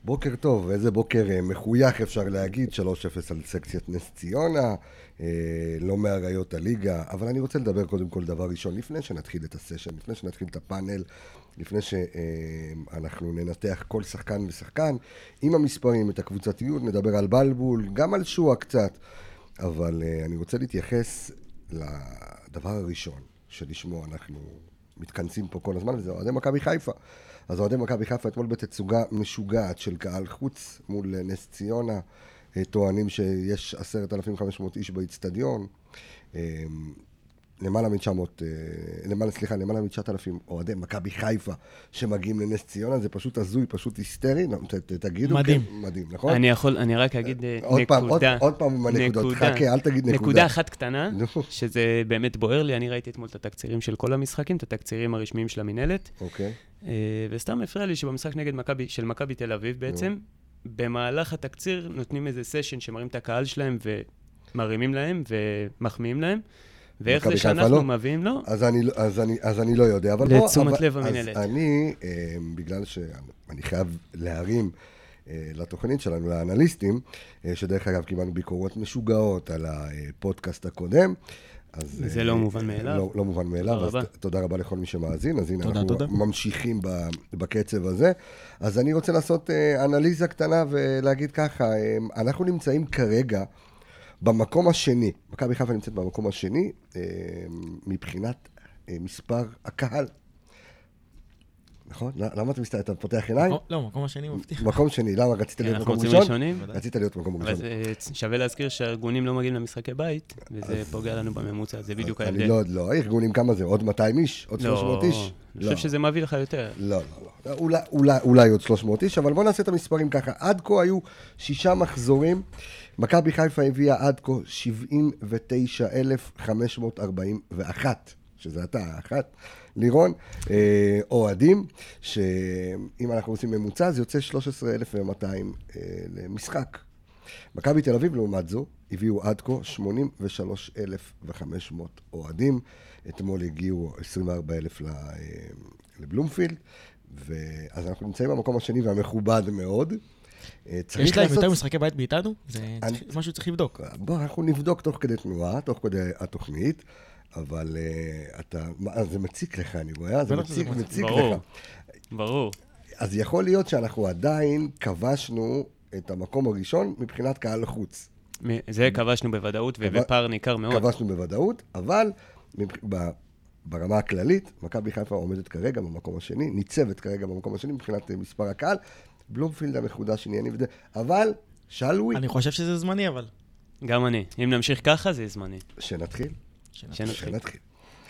בוקר טוב, איזה בוקר מחוייך אפשר להגיד, 3-0 על סקציית נס ציונה, לא מהראיות הליגה, אבל אני רוצה לדבר קודם כל דבר ראשון, לפני שנתחיל את הסשן, לפני שנתחיל את הפאנל, לפני שאנחנו ננתח כל שחקן ושחקן, עם המספרים, את הקבוצתיות, נדבר על בלבול, גם על שואה קצת, אבל אני רוצה להתייחס לדבר הראשון, שלשמו אנחנו מתכנסים פה כל הזמן, וזה אוהדי מכבי חיפה. אז אוהדי מכבי חיפה אתמול בתצוגה משוגעת של קהל חוץ מול נס ציונה, טוענים שיש 10,500 איש באצטדיון, למעלה מ-9,000 אוהדי מכבי חיפה שמגיעים לנס ציונה, זה פשוט הזוי, פשוט היסטרי, תגידו. מדהים. מדהים, נכון? אני רק אגיד עוד פעם עם הנקודות, חכה, אל תגיד נקודה. נקודה אחת קטנה, שזה באמת בוער לי, אני ראיתי אתמול את התקצירים של כל המשחקים, את התקצירים הרשמיים של המנהלת, אוקיי. וסתם הפריע לי שבמשחק נגד של מכבי תל אביב בעצם, במהלך התקציר נותנים איזה סשן שמראים את הקהל שלהם ומרימים להם ומחמיאים להם, ואיך זה שאנחנו מביאים לו? אז אני לא יודע, אבל בוא... לתשומת לב המנהלת. אז אני, בגלל שאני חייב להרים לתוכנית שלנו, לאנליסטים, שדרך אגב קיבלנו ביקורות משוגעות על הפודקאסט הקודם, זה לא מובן מאליו. לא מובן מאליו, אז תודה רבה לכל מי שמאזין, אז הנה אנחנו ממשיכים בקצב הזה. אז אני רוצה לעשות אנליזה קטנה ולהגיד ככה, אנחנו נמצאים כרגע במקום השני, מכבי חיפה נמצאת במקום השני, מבחינת מספר הקהל. נכון? למה אתה מסתכל? אתה פותח עיניים? לא, מקום השני מבטיח. מקום שני, למה? רצית להיות מקום ראשון? רצית להיות מקום ראשון. שווה להזכיר שהארגונים לא מגיעים למשחקי בית, וזה פוגע לנו בממוצע, זה בדיוק ההבדל. אני לא, הארגונים כמה זה? עוד 200 איש? עוד 300 איש? אני חושב שזה מביא לך יותר. לא. אולי עוד 300 איש, אבל בוא נעשה את המספרים ככה. עד כה היו 6 מחזורים, מכבי חיפה הביאה עד כה 79,541, שזה אתה, אחת. לירון, אוהדים, שאם אנחנו עושים ממוצע, זה יוצא 13,200 למשחק. מכבי תל אביב, לעומת זו, הביאו עד כה 83,500 אוהדים. אתמול הגיעו 24,000 לבלומפילד, אז אנחנו נמצאים במקום השני והמכובד מאוד. יש להם יותר משחקי בית מאיתנו? זה משהו צריך לבדוק. בוא, אנחנו נבדוק תוך כדי תנועה, תוך כדי התוכנית. אבל זה מציק לך, אני רואה, זה מציק לך. ברור. אז יכול להיות שאנחנו עדיין כבשנו את המקום הראשון מבחינת קהל חוץ. זה כבשנו בוודאות ובפער ניכר מאוד. כבשנו בוודאות, אבל ברמה הכללית, מכבי חיפה עומדת כרגע במקום השני, ניצבת כרגע במקום השני מבחינת מספר הקהל, בלומפילד המחודש ענייני וזה, אבל שלוי. אני חושב שזה זמני, אבל. גם אני. אם נמשיך ככה, זה זמני. שנתחיל. שנתחיל.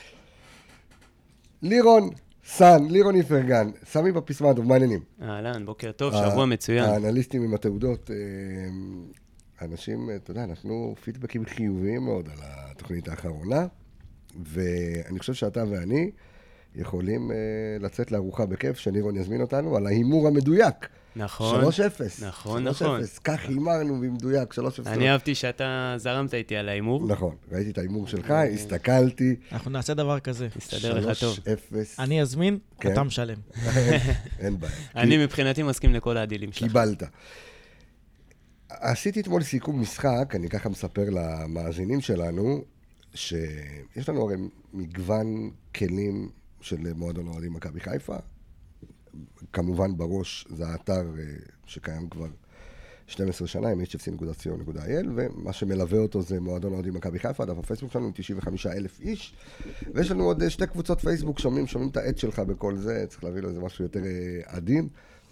לירון איפרגן, סמי בפסמדוב, מה העניינים? אהלן, בוקר טוב, שבוע מצוין. האנליסטים עם התעודות, אנשים, אתה יודע, נתנו פידבקים חיוביים מאוד על התוכנית האחרונה, ואני חושב שאתה ואני יכולים לצאת לארוחה בכיף, שלירון יזמין אותנו על ההימור המדויק. נכון. 3-0. נכון. כך הימרנו במדויק, 3-0. אני אהבתי שאתה זרמת איתי על ההימור. נכון, ראיתי את ההימור שלך, הסתכלתי. אנחנו נעשה דבר כזה. הסתדר לך טוב. 3-0. אני אזמין, אתה משלם. אין בעיה. אני מבחינתי מסכים לכל הדילים שלך. קיבלת. עשיתי אתמול סיכום משחק, אני ככה מספר למאזינים שלנו, שיש לנו הרי מגוון כלים של מועדון אוהדים מכבי חיפה, כמובן בראש זה האתר שקיים כבר 12 שנה, hfc.co.il, ומה שמלווה אותו זה מועדון אוהדים מכבי חיפה, דף הפייסבוק שלנו עם 95,000 איש, ויש לנו עוד 2 קבוצות פייסבוק, שומעים את העד שלך בכל זה, צריך להביא לו איזה משהו יותר עדין,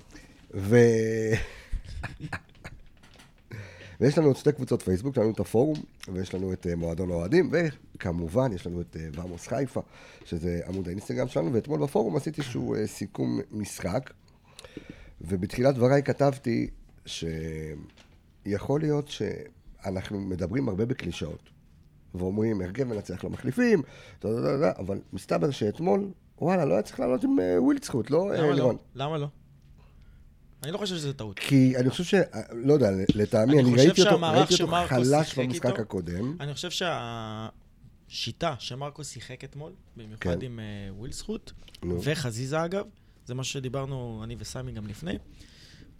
ויש לנו עוד 2 קבוצות פייסבוק, יש לנו את הפורום, ויש לנו את מועדון אוהדים, וכמובן יש לנו את ועמוס חיפה, שזה עמוד האינסטגרם שלנו, ואתמול בפורום עשיתי איזשהו סיכום משחק, ובתחילת דבריי כתבתי שיכול להיות שאנחנו מדברים הרבה בקלישאות, ואומרים, הרכב מנצח לא מחליפים, אבל מסתבר שאתמול, וואלה, לא היה צריך לעלות עם ווילדסקוט, לא? למה לא? אני לא חושב שזה טעות. כי אני חושב לא יודע, לטעמי, אני ראיתי אותו חלש במשחק הקודם. אני חושב שהשיטה שמרקו שיחק אתמול, במיוחד עם ווילדסקוט, וחזיזה אגב, זה מה שדיברנו אני וסמי גם לפני,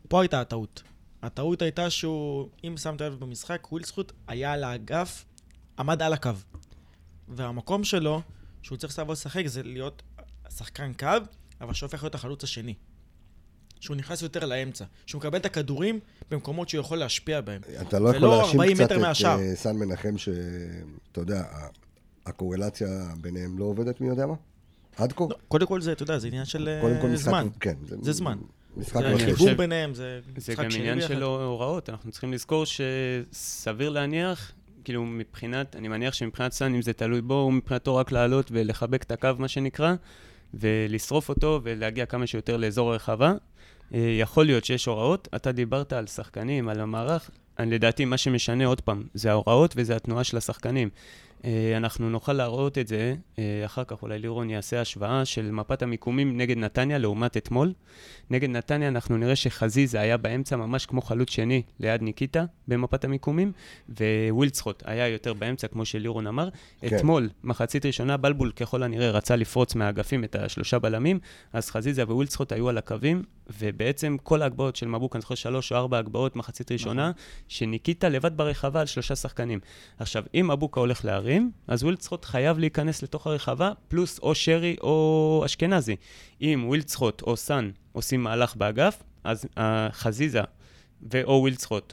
פה הייתה הטעות. הטעות הייתה שהוא, אם שמת לב במשחק, ווילדסקוט היה על האגף, עמד על הקו. והמקום שלו, שהוא צריך לבוא לשחק, זה להיות שחקן קו, אבל שהופך להיות החלוץ השני. שהוא נכנס יותר לאמצע. שהוא מקבל את הכדורים במקומות שהוא יכול להשפיע בהם. אתה לא יכול להאשים קצת את סן מנחם שאתה יודע, הקורלציה ביניהם לא עובדת מי יודע מה? עד כה? קודם כל זה, אתה יודע, זה עניין של זמן. זה זמן. משחק חיבור ביניהם, זה גם עניין של הוראות. אנחנו צריכים לזכור שסביר להניח, כאילו מבחינת, אני מניח שמבחינת סן, אם זה תלוי בו, הוא מבחינתו רק לעלות ולחבק את הקו, מה שנקרא, ולשרוף אותו ולהגיע כמה שיותר לאזור הרחבה. יכול להיות שיש הוראות. אתה דיברת על שחקנים, על המערך. לדעתי, מה שמשנה עוד פעם, זה ההוראות וזה התנועה של השחקנים. אנחנו נוכל להראות את זה, אחר כך אולי לירון יעשה השוואה של מפת המיקומים נגד נתניה לעומת אתמול. נגד נתניה אנחנו נראה שחזיזה היה באמצע ממש כמו חלוץ שני ליד ניקיטה במפת המיקומים, ווילדסקוט היה יותר באמצע כמו שלירון אמר. כן. אתמול, מחצית ראשונה, בלבול ככל הנראה רצה לפרוץ מהאגפים את השלושה בלמים, אז חזיזה ווילדסקוט היו על הקווים, ובעצם כל ההגבעות של מבוק, אני זוכר 3 או 4 הגבעות מחצית ראשונה, שניקיטה לבד ברחבה על 3 שחקנים. עכשיו, אם מבוקה הולך להרים, אז ווילדסקוט חייב להיכנס לתוך הרחבה, פלוס או שרי או אשכנזי. אם ווילדסקוט או סן עושים מהלך באגף, אז חזיזה או ווילדסקוט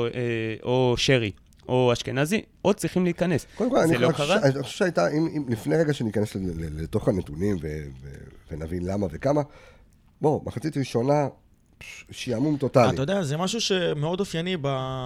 או שרי או אשכנזי, עוד צריכים להיכנס. קודם כל, אני חושב שהייתה, אם לפני רגע שניכנס לתוך הנתונים ונבין למה וכמה, בוא, מחצית ראשונה, שיעמום טוטלי. אתה יודע, זה משהו שמאוד אופייני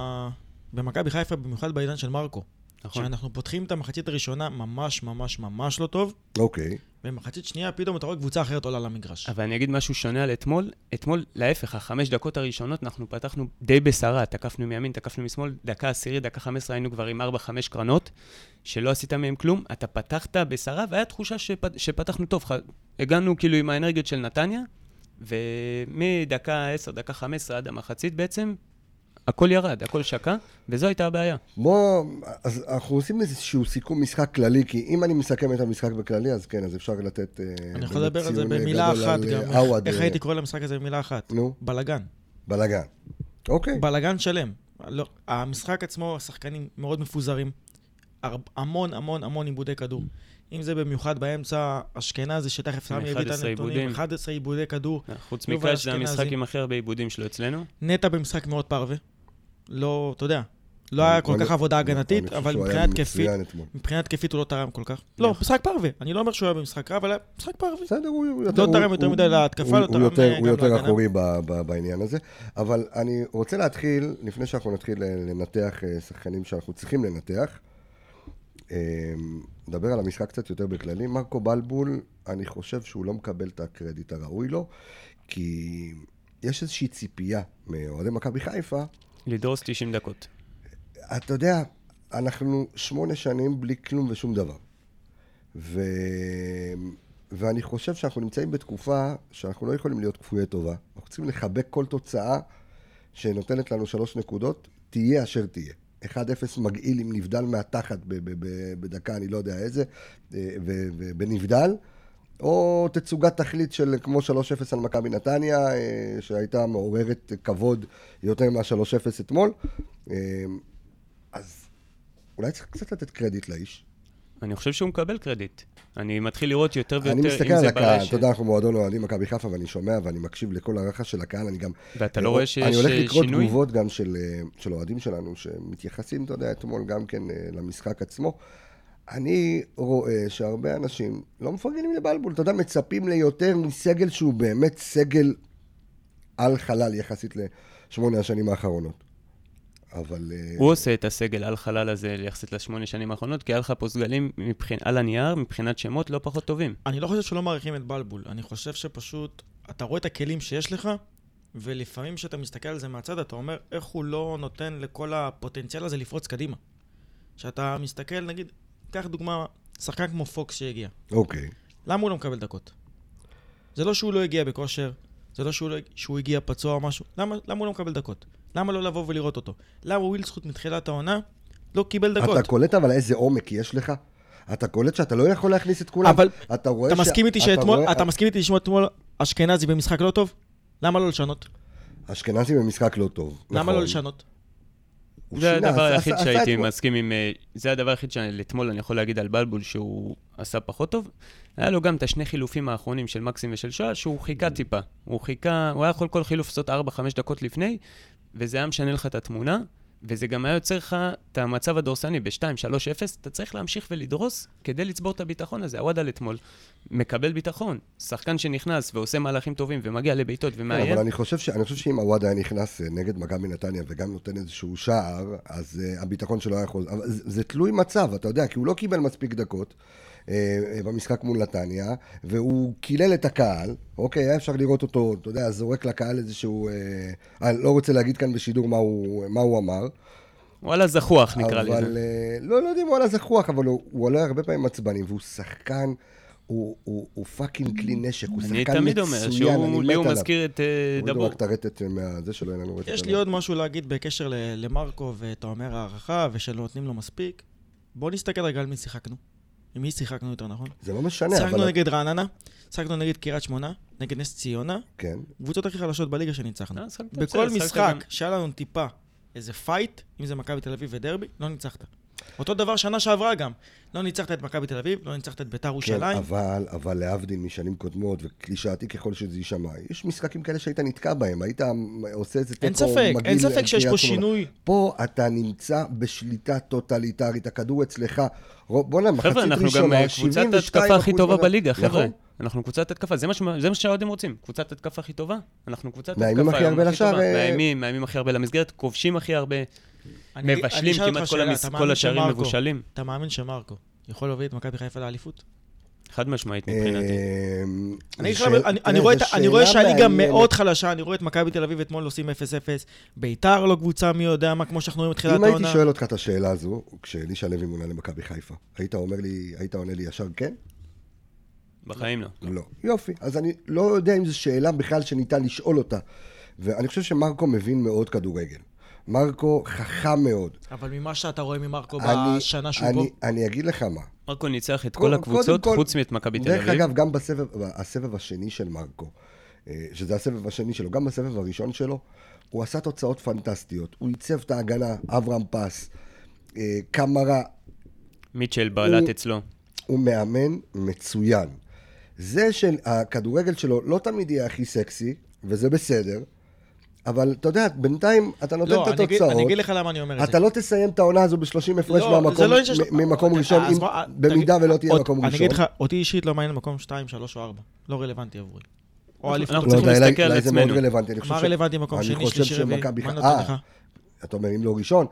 במכבי חיפה, במיוחד בעידן של מרקו. נכון. שאנחנו פותחים את המחצית הראשונה ממש ממש ממש לא טוב. אוקיי. במחצית שנייה פתאום אתה רואה קבוצה אחרת עולה למגרש. אבל אני אגיד משהו שונה על אתמול. אתמול, להפך, 5 דקות הראשונות אנחנו פתחנו די בסערה. תקפנו מימין, תקפנו משמאל, דקה 10, דקה 15 היינו כבר עם 4-5 קרנות, שלא עשית מהם כלום. אתה פתחת בסערה והיה תחושה שפתחנו טוב. הגענו כאילו עם האנרגיות של נתניה, ומדקה 10, דקה 15 עד המחצית בעצם, הכל ירד, הכל שקע, וזו הייתה הבעיה. בוא, אז אנחנו עושים איזשהו סיכום משחק כללי, כי אם אני מסכם את המשחק בכללי, אז כן, אז אפשר לתת... אני יכול לדבר על זה במילה אחת גם. איך הייתי קורא למשחק הזה במילה אחת? נו? בלגן. בלגן. אוקיי. בלגן שלם. המשחק עצמו, השחקנים מאוד מפוזרים. המון המון המון עיבודי כדור. אם זה במיוחד באמצע, אשכנזי שתכף סמי הביא את הנתונים, 11 עיבודי כדור. חוץ מקש, זה המשחק עם הכי הרבה עיבודים שלו אצלנו. נטע במשחק מאוד פרווה. לא, אתה יודע, לא היה כל כך עבודה הגנתית, אבל מבחינת כיפית הוא לא תרם כל כך. לא, משחק פרווה. אני לא אומר שהוא היה במשחק רב, אבל משחק פרווה. בסדר, הוא לא תרם יותר מדי להתקפה, לא תרם גם להגנה. הוא יותר אחורי בעניין הזה. אבל אני רוצה להתחיל, לפני שאנחנו נתחיל לנתח שחקנים שאנחנו צריכים לנתח, נדבר על המשחק קצת יותר בכללי. מרקו בלבול, אני חושב שהוא לא מקבל את הקרדיט הראוי לו, כי יש איזושהי ציפייה מאוהדי מכבי חיפה. לדרוס 90 דקות. אתה יודע, אנחנו 8 שנים בלי כלום ושום דבר. ואני חושב שאנחנו נמצאים בתקופה שאנחנו לא יכולים להיות כפויי טובה. אנחנו צריכים לחבק כל תוצאה שנותנת לנו 3 נקודות, תהיה אשר תהיה. 1-0 מגעיל עם נבדל מהתחת בדקה, אני לא יודע איזה, ובנבדל, או תצוגת תכלית של כמו 3-0 על מכבי נתניה, שהייתה מעוררת כבוד יותר מה-3-0 אתמול. אז אולי צריך קצת לתת קרדיט לאיש. אני חושב שהוא מקבל קרדיט. אני מתחיל לראות יותר ויותר, אני מסתכל על הקהל, אתה יודע, אנחנו מועדון אוהדים מכבי חיפה, ואני שומע ואני מקשיב לכל הרחש של הקהל, אני גם... ואתה לא רואה שיש שינוי? אני הולך לקרוא שינוי? תגובות גם של אוהדים שלנו, שמתייחסים, אתה יודע, אתמול גם כן למשחק עצמו. אני רואה שהרבה אנשים לא מפרגנים לבלבול, אתה יודע, מצפים ליותר מסגל שהוא באמת סגל על חלל יחסית ל8 השנים האחרונות. אבל... הוא עושה את הסגל על חלל הזה יחסית ל8 שנים האחרונות, כי היה לך פה סגלים על הנייר, מבחינת שמות לא פחות טובים. אני לא חושב שלא מעריכים את בלבול, אני חושב שפשוט, אתה רואה את הכלים שיש לך, ולפעמים שאתה מסתכל על זה מהצד, אתה אומר איך הוא לא נותן לכל הפוטנציאל הזה לפרוץ קדימה. שאתה מסתכל, נגיד, קח דוגמה, שחקן כמו פוקס שהגיע. אוקיי. למה הוא לא מקבל דקות? זה לא שהוא לא הגיע בכושר, זה לא שהוא הגיע פצוע או משהו. למה הוא לא מקבל דקות? למה לא לבוא ולראות אותו? למה ווילדסקוט מתחילת העונה לא קיבל דקות? אתה קולט אבל איזה עומק יש לך? אתה קולט שאתה לא יכול להכניס את כולם? אבל אתה מסכים איתי שאתמול אשכנזי במשחק לא טוב? למה לא לשנות? אשכנזי במשחק לא טוב. למה לא לשנות? זה הדבר היחיד שהייתי מסכים עם... זה הדבר היחיד שלאתמול אני יכול להגיד על בלבול שהוא עשה פחות טוב. היה לו גם את השני חילופים האחרונים של מקסים ושל שואה, שהוא חיכה טיפה. הוא היה יכול כל חילוף לעשות 4-5 דקות לפני, וזה היה משנה לך את התמונה, וזה גם היה יוצר לך את המצב הדורסני ב-2-3-0, אתה צריך להמשיך ולדרוס כדי לצבור את הביטחון הזה. הוואד על אתמול מקבל ביטחון. שחקן שנכנס ועושה מהלכים טובים ומגיע לביתות ומאיים. אבל אני חושב שאם הוואד היה נכנס נגד מכבי נתניה וגם נותן איזשהו שער, אז הביטחון שלו היה יכול... זה תלוי מצב, אתה יודע, כי הוא לא קיבל מספיק דקות במשחק מול נתניה, והוא קילל את הקהל, אוקיי, היה אפשר לראות אותו, אתה יודע, זורק לקהל איזשהו... אני לא רוצה להגיד כאן בשידור מה הוא אמר. וואלה זכוח נקרא לזה. אבל לא יודעים וואלה זכוח, אבל הוא עולה הרבה פעמים עצבנים, והוא שחקן, הוא פאקינג כלי נשק, הוא שחקן מצוין, אני תמיד אומר שהוא מזכיר את דבור. רק תרטט מהזה שלו, אין לנו רטט. יש לי עוד משהו להגיד בקשר למרקו, ואתה אומר הערכה, ושלא נותנים לו מספיק. בוא נסתכל רגע על מי שיחקנו. עם מי שיחקנו יותר נכון? זה לא משנה, אבל... שיחקנו נגד רעננה, שיחקנו נגד קריית שמונה, נגד נס ציונה. כן. קבוצות הכי חלשות בליגה שניצחנו. בכל משחק שהיה לנו טיפה איזה פייט, אם זה מכבי תל אביב ודרבי, לא ניצחת. אותו דבר שנה שעברה גם. לא ניצחת את מכבי תל אביב, לא ניצחת את בית"ר ירושלים. כן, אבל להבדיל משנים קודמות, וקלישאתי ככל שזה יישמע, יש משחקים כאלה שהיית נתקע בהם, היית עושה איזה תיקו מגעיל. אין ספק שיש פה שינוי. פה אתה נמצא בשליטה טוטליטרית, הכדור אצלך, בוא נע, מחצית ראשונה, 72%. אנחנו גם קבוצת התקפה הכי טובה בליגה, חבר'ה. אנחנו קבוצת התקפה, זה מה שהאוהדים רוצים, קבוצת התקפה הכי טובה. אנחנו קבוצת התקפה מאיימים הכי הרבה לשער. מאיימים הכי הרבה למסגרת, כובשים הכי הרבה. מבשלים כמעט כל השערים מבושלים. אתה מאמין שמרקו יכול להוביל את מכבי חיפה לאליפות? חד משמעית מבחינתי. אני רואה שהליגה מאוד חלשה, אני רואה את מכבי תל אביב אתמול עושים 0-0, בית"ר לא קבוצה מי יודע מה, כמו שאנחנו רואים מתחילת העונה. אם הייתי שואל אותך את השאלה הזו, כשאלישע לוי מונה למכבי חיפה, היית עונה לי ישר כן? בחיים לא. לא. יופי. אז אני לא יודע אם זו שאלה בכלל שניתן לשאול אותה. ואני חושב שמרקו מבין מאוד כדורגל. מרקו חכם מאוד. אבל ממה שאתה רואה ממרקו בשנה שהוא פה? אני אגיד לך מה. מרקו ניצח את כל הקבוצות חוץ מאת מכבי תל אביב. דרך אגב, גם בסבב השני של מרקו, שזה הסבב השני שלו, גם בסבב הראשון שלו, הוא עשה תוצאות פנטסטיות. הוא ייצב את ההגנה, אברהם פס, קמרה. מיטשל בעלת אצלו. הוא מאמן מצוין. זה שהכדורגל שלו לא תמיד יהיה הכי סקסי, וזה בסדר, אבל אתה יודע, בינתיים אתה נותן את התוצאות. אני אגיד לך למה אני אומר את זה. אתה לא תסיים את העונה הזו ב-30 הפרש ממקום ראשון, במידה ולא תהיה מקום ראשון. אני אגיד לך, אותי אישית לא מעניין מקום 2, 3 או 4. לא רלוונטי עבורי. אנחנו צריכים להסתכל על עצמנו. מה רלוונטי מקום שני, שלישי רביעי? מה נותן לך? אתה אומר, אם לא ראשון,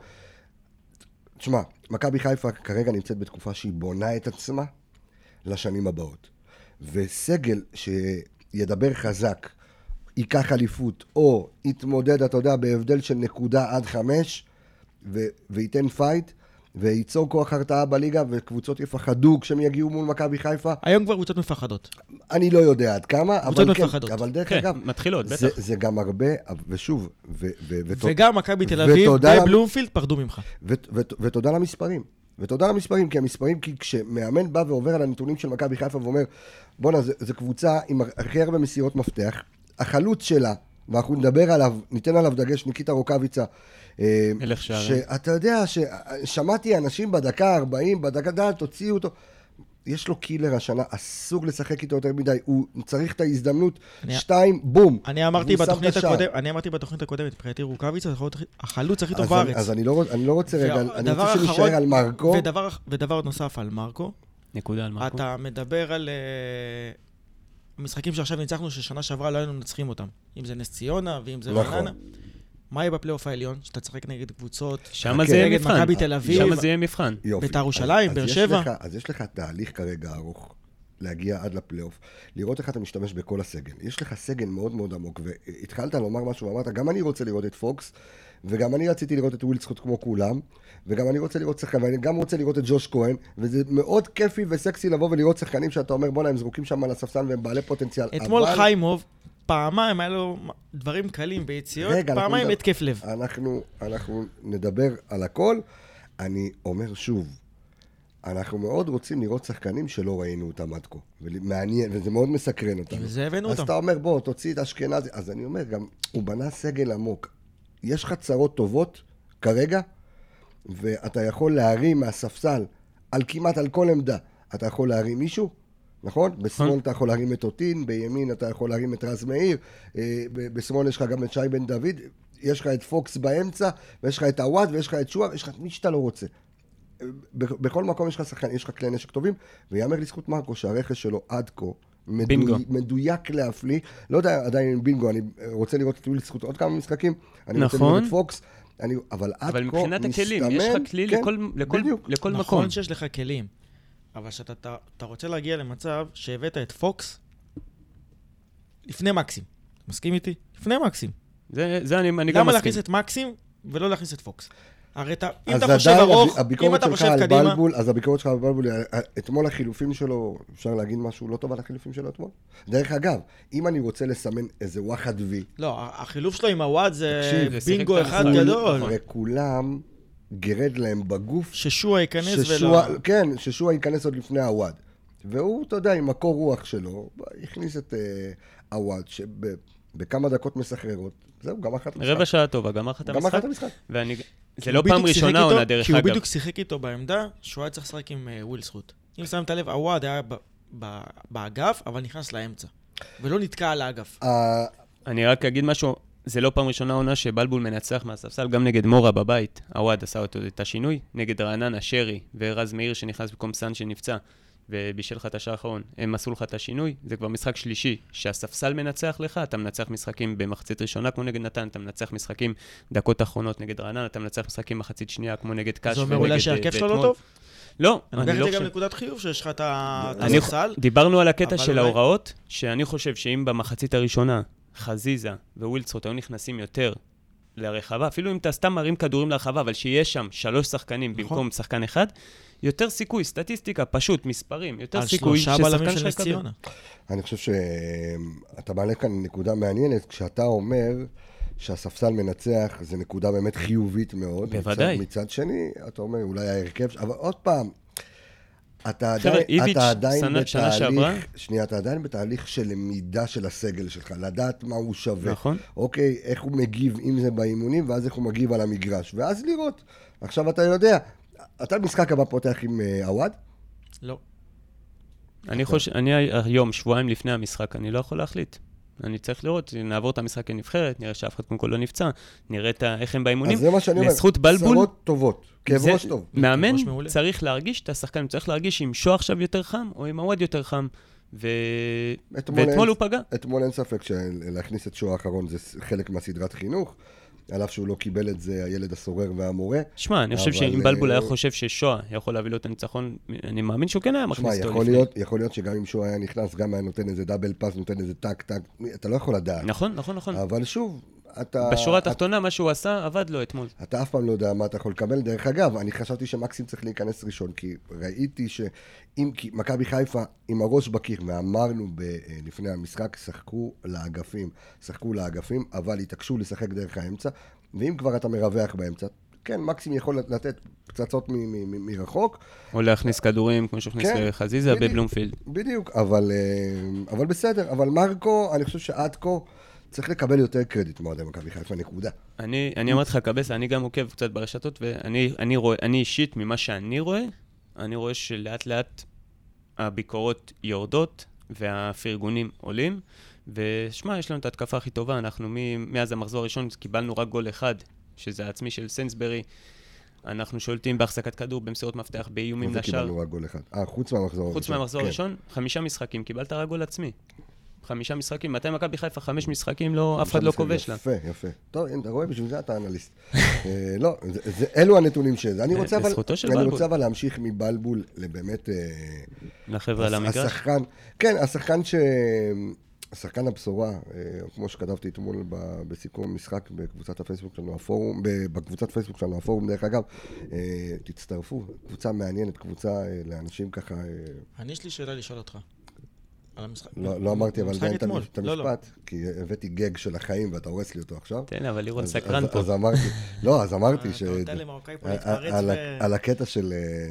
תשמע, מכבי חיפה כרגע נמצאת בתקופה שהיא בונה את עצמה לשנים הבאות. וסגל שידבר חזק, ייקח אליפות, או יתמודד, אתה יודע, בהבדל של נקודה עד 5, וייתן פייט, וייצור כוח הרתעה בליגה, וקבוצות יפחדו כשהם יגיעו מול מכבי חיפה. היום כבר קבוצות מפחדות. אני לא יודע עד כמה, אבל כן, אבל דרך אגב, מתחילות, בטח. זה גם הרבה, ושוב, וגם מכבי תל אביב ובלומפילד פחדו ממך. ותודה למספרים. ותודה למספרים, כי המספרים, כי כשמאמן בא ועובר על הנתונים של מכבי חיפה ואומר, בוא'נה, זו קבוצה עם הכי הרבה מסירות מפתח, החלוץ שלה, ואנחנו נדבר עליו, ניתן עליו דגש, ניקיטה רוקאביצה, שאתה יודע, שמעתי אנשים בדקה 40, בדקה דעת, תוציאו אותו, יש לו קילר השנה, אסור לשחק איתו יותר מדי, הוא צריך את ההזדמנות, 2, בום. אני אמרתי בתוכנית הקודמת, מבחינתי רוקאביצה, החלוץ הכי טוב בארץ. אז אני לא רוצה רגע, אני רוצה שנשאר על מרקו. ודבר נוסף על מרקו. נקודה על מרקו. אתה מדבר על המשחקים שעכשיו ניצחנו, ששנה שעברה לא היינו מנצחים אותם. אם זה נס ציונה ואם זה רעננה. מה יהיה בפלייאוף העליון? שאתה צחק נגד קבוצות, נגד מכבי תל אביב, שם זה יהיה מבחן. בית"ר ירושלים, באר שבע. אז יש לך תהליך כרגע ארוך להגיע עד לפלייאוף, לראות איך אתה משתמש בכל הסגל. יש לך סגל מאוד מאוד עמוק, והתחלת לומר משהו ואמרת, גם אני רוצה לראות את פוקס, וגם אני רציתי לראות את ווילדסקוט כמו כולם, וגם אני רוצה לראות שחקנים, ואני גם רוצה לראות את ג'וש כהן, וזה מאוד כיפי וסקסי לבוא ולראות שחקנים שאתה אומר, בוא, הם זרוקים שם על הספסל והם בעלי פוטנציאל. אתמול חיימוב, פעמיים היה לו דברים קלים ביציאות, פעמיים התקף לב. אנחנו נדבר על הכל. אני אומר שוב, אנחנו מאוד רוצים לראות שחקנים שלא ראינו אותם עד כה. מעניין, וזה מאוד מסקרן אותנו. וזה הבאנו אותם. אז אתה אומר, בוא, תוציא את אשכנזי. אז אני אומר, גם, הוא בנה סגל עמוק. יש לך צרות טובות כרגע, ואתה יכול להרים מהספסל כמעט על כל עמדה. אתה יכול להרים מישהו, נכון? בשמאל אתה יכול להרים את אוטין, בימין אתה יכול להרים את רז מאיר, בשמאל יש לך גם את שי בן דוד, יש לך את פוקס באמצע, ויש לך את הוואט, ויש לך את שועה, ויש לך את מי שאתה לא רוצה. בכל מקום יש לך שחקן, יש לך כלי נשק טובים, ויאמר לזכות מרקו שהרכש שלו עד כה, מדויק להפליא, לא יודע עדיין עם בינגו, אני רוצה לראות את לזכות עוד כמה משחקים, אני רוצה לראות את פוקס, אבל עד כה מבחינת הכלים, יש לך כלי לכל מקום. נכון שיש לך כלים, אבל שאתה רוצה להגיע למצב שהבאת את פוקס לפני מקסים. אתה מסכים איתי? לפני מקסים. זה אני גם מסכים. למה להכניס את מקסים ולא להכניס את פוקס? הרי אם אתה חושב ארוך, אם אתה חושב קדימה... אז הביקורת שלך על בלבול, אתמול החילופים שלו, אפשר להגיד משהו לא טוב על החילופים שלו אתמול? דרך אגב, אם אני רוצה לסמן איזה וואחד וי... לא, החילוף שלו עם הוואד זה בינגו אחד גדול. וכולם גרד להם בגוף... ששועה ייכנס ולא... כן, ששועה ייכנס עוד לפני הוואד. והוא, אתה יודע, עם מקור רוח שלו, הכניס את הוואד, שבכמה דקות מסחררות, זהו, גם אחת המשחק. רבע שעה טובה, גם אחת המשחק. גם אחת המשחק. זה לא פעם ראשונה עונה דרך אגב. כי הוא בדיוק שיחק איתו בעמדה, שהוא היה צריך לשחק עם וויל זכות. אם שמת לב, הוואד היה באגף, אבל נכנס לאמצע. ולא נתקע על האגף. אני רק אגיד משהו, זה לא פעם ראשונה עונה שבלבול מנצח מהספסל, גם נגד מורה בבית, הוואד עשה את השינוי, נגד רעננה, שרי ורז מאיר שנכנס במקום סן שנפצע. ובישל לך את השעה האחרון, הם עשו לך את השינוי, זה כבר משחק שלישי, שהספסל מנצח לך, אתה מנצח משחקים במחצית ראשונה, כמו נגד נתן, אתה מנצח משחקים דקות אחרונות נגד רעננה, אתה מנצח משחקים מחצית שנייה, כמו נגד קאש ונגד... זה אומר אולי שהרכב שלו לא טוב? לא, אני לוקח את זה גם נקודת חיוב שיש לך את הספסל. דיברנו על הקטע של ההוראות, שאני חושב שאם במחצית הראשונה, חזיזה ווילצרוט היו נכנסים יותר לרחבה, אפילו אם אתה סתם מרים כדורים לרחבה, אבל שיש שם 3 שחקנים במקום שחקן אחד, יותר סיכוי, סטטיסטיקה, פשוט, מספרים, יותר סיכוי ששחקן שלך יקבל. אני חושב שאתה מעלה כאן נקודה מעניינת, כשאתה אומר שהספסל מנצח, זה נקודה באמת חיובית מאוד. בוודאי. מצד שני, אתה אומר, אולי ההרכב, אבל עוד פעם, אתה עדיין בתהליך של למידה של הסגל שלך, לדעת מה הוא שווה. נכון. אוקיי, איך הוא מגיב, אם זה באימונים, ואז איך הוא מגיב על המגרש. ואז לראות. עכשיו אתה יודע, אתה משחק הבא פותח עם הוואד? לא. אני היום, שבועיים לפני המשחק, אני לא יכול להחליט. אני צריך לראות, נעבור את המשחק כנבחרת, נראה שאף אחד קודם כל לא נפצע, נראה איך הם באימונים. אז זה מה שאני אומר, צרות טובות, כאב ראש טוב. מאמן צריך להרגיש, את השחקן צריך להרגיש אם שוע עכשיו יותר חם, או אם הוואד יותר חם. ואתמול הוא פגע. אתמול אין ספק שלהכניס את שוע האחרון זה חלק מהסדרת חינוך, על אף שהוא לא קיבל את זה, הילד הסורר והמורה. שמע, אני חושב שאם בלבול היה חושב ששועה יכול להביא לו את הניצחון, אני מאמין שהוא כן היה מכניס אותו לפני. יכול להיות שגם אם שועה היה נכנס, גם היה נותן איזה דאבל פס, נותן איזה טק, אתה לא יכול לדעת. נכון. אבל שוב, בשורה התחתונה, מה שהוא עשה, עבד לו אתמול. אתה אף פעם לא יודע מה אתה יכול לקבל. דרך אגב, אני חשבתי שמקסים צריך להיכנס ראשון, כי ראיתי כי מכבי חיפה עם הראש בקיר, ואמרנו לפני המשחק, שחקו לאגפים, אבל התעקשו לשחק דרך האמצע, ואם כבר אתה מרווח באמצע, כן, מקסים יכול לתת פצצות מרחוק. או להכניס כדורים, כמו שהכניס חזיזה בבלומפילד. בדיוק, אבל בסדר. אבל מרקו, אני חושב שעד כה, צריך לקבל יותר קרדיט מועדי מכבי חיפה, נקודה. אני אמרתי לך קבס, אני גם עוקב קצת ברשתות, ואני אישית, ממה שאני רואה, אני רואה שלאט לאט הביקורות יורדות, והפרגונים עולים, ושמע, יש לנו את התקפה הכי טובה, אנחנו מאז המחזור הראשון קיבלנו רק גול אחד, שזה העצמי של סנסברי, אנחנו שולטים בהחזקת כדור, במסירות מפתח, באיומים לשער. קיבלנו רק גול אחד. חוץ מהמחזור הראשון. חוץ מהמחזור הראשון, 5 משחקים, קיבלת רק גול עצמי. 5 משחקים, מתי מכבי חיפה 5 משחקים, אף אחד לא כובש לה. יפה. טוב, אתה רואה, בשביל זה אתה אנליסט. לא, אלו הנתונים שזה. אני רוצה אבל להמשיך מבלבול לבאמת... לחבר'ה על המגרש. כן, השחקן הבשורה, כמו שכתבתי אתמול בסיכום משחק בקבוצת הפייסבוק שלנו, בקבוצת פייסבוק שלנו, הפורום, דרך אגב, תצטרפו, קבוצה מעניינת, קבוצה לאנשים ככה... יש לי שאלה לשאול אותך. לא אמרתי, אבל עדיין את המשפט, כי הבאתי גג של החיים ואתה הורס לי אותו עכשיו. תן, אבל לירון סקרן פה. אז אמרתי על הקטע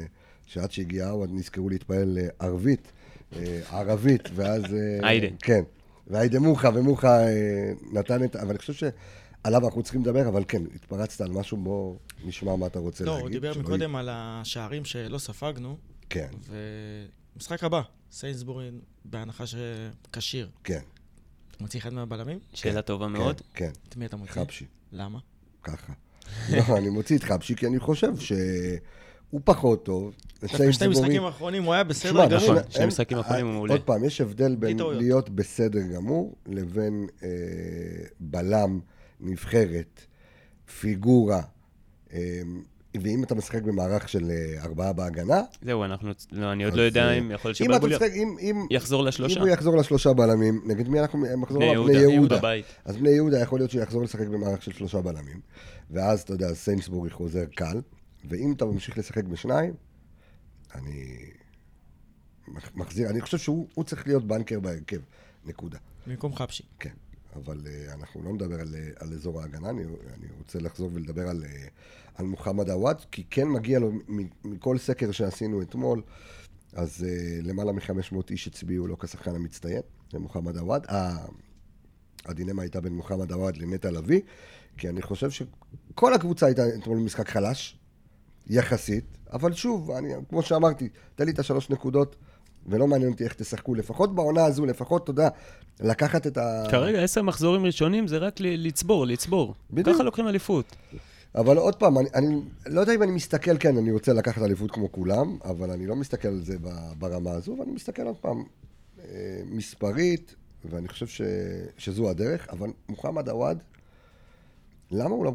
שעד שהגיעה עוד נזכרו להתפעל ערבית, ערבית, ואז... היידה. כן, והיידה מוחה, ומוחה נתן את... אבל אני חושב שעליו אנחנו צריכים לדבר, אבל כן, התפרצת על משהו, בוא נשמע מה אתה רוצה להגיד. לא, הוא דיבר מקודם על השערים שלא ספגנו. כן. ומשחק הבא, סיינסבורי בהנחה שקשיר. כן. אתה מוציא אחד מהבלמים? שאלה טובה מאוד. כן. את מי אתה מוציא? חבשי. למה? ככה. לא, אני מוציא את חבשי, כי אני חושב שהוא פחות טוב. בשתי משחקים האחרונים הוא היה בסדר גמור. שני משחקים האחרונים הוא מעולה. עוד פעם, יש הבדל בין להיות בסדר גמור לבין בלם, נבחרת, פיגורה, ואם אתה משחק במערך של 4 בהגנה... זהו, אני עוד לא יודע אם יכול שבלבול יחזור לשלושה. אם הוא יחזור לשלושה בלמים, נגד מי אנחנו מחזור? בני יהודה. אז בני יהודה יכול להיות שהוא יחזור לשחק במערך של 3 בלמים, ואז אתה יודע, סיינסבורי חוזר קל, ואם אתה ממשיך לשחק בשניים, אני מחזיר, אני חושב שהוא צריך להיות בנקר בהרכב, נקודה. במקום חבשי. כן. אבל אנחנו לא נדבר על אזור ההגנה, אני רוצה לחזור ולדבר על מוחמד עוואד, כי כן מגיע לו, מכל סקר שעשינו אתמול, אז למעלה מ-500 איש הצביעו לו כשחקן המצטיין, למוחמד עוואד. הדילמה הייתה בין מוחמד עוואד לנטע לביא, כי אני חושב שכל הקבוצה הייתה אתמול משחק חלש, יחסית, אבל שוב, כמו שאמרתי, תן לי את 3 נקודות, ולא מעניין אותי איך תשחקו, לפחות בעונה הזו, לפחות, אתה יודע, לקחת את כרגע 10 מחזורים ראשונים זה רק לצבור. בדיוק. ככה לוקחים אליפות. אבל עוד פעם, אני לא יודע אם אני מסתכל, כן, אני רוצה לקחת אליפות כמו כולם, אבל אני לא מסתכל על זה ברמה הזו, ואני מסתכל עוד פעם מספרית, ואני חושב שזו הדרך, אבל מוחמד עוואד, למה הוא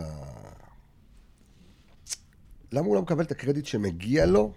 לא מקבל את הקרדיט שמגיע לו,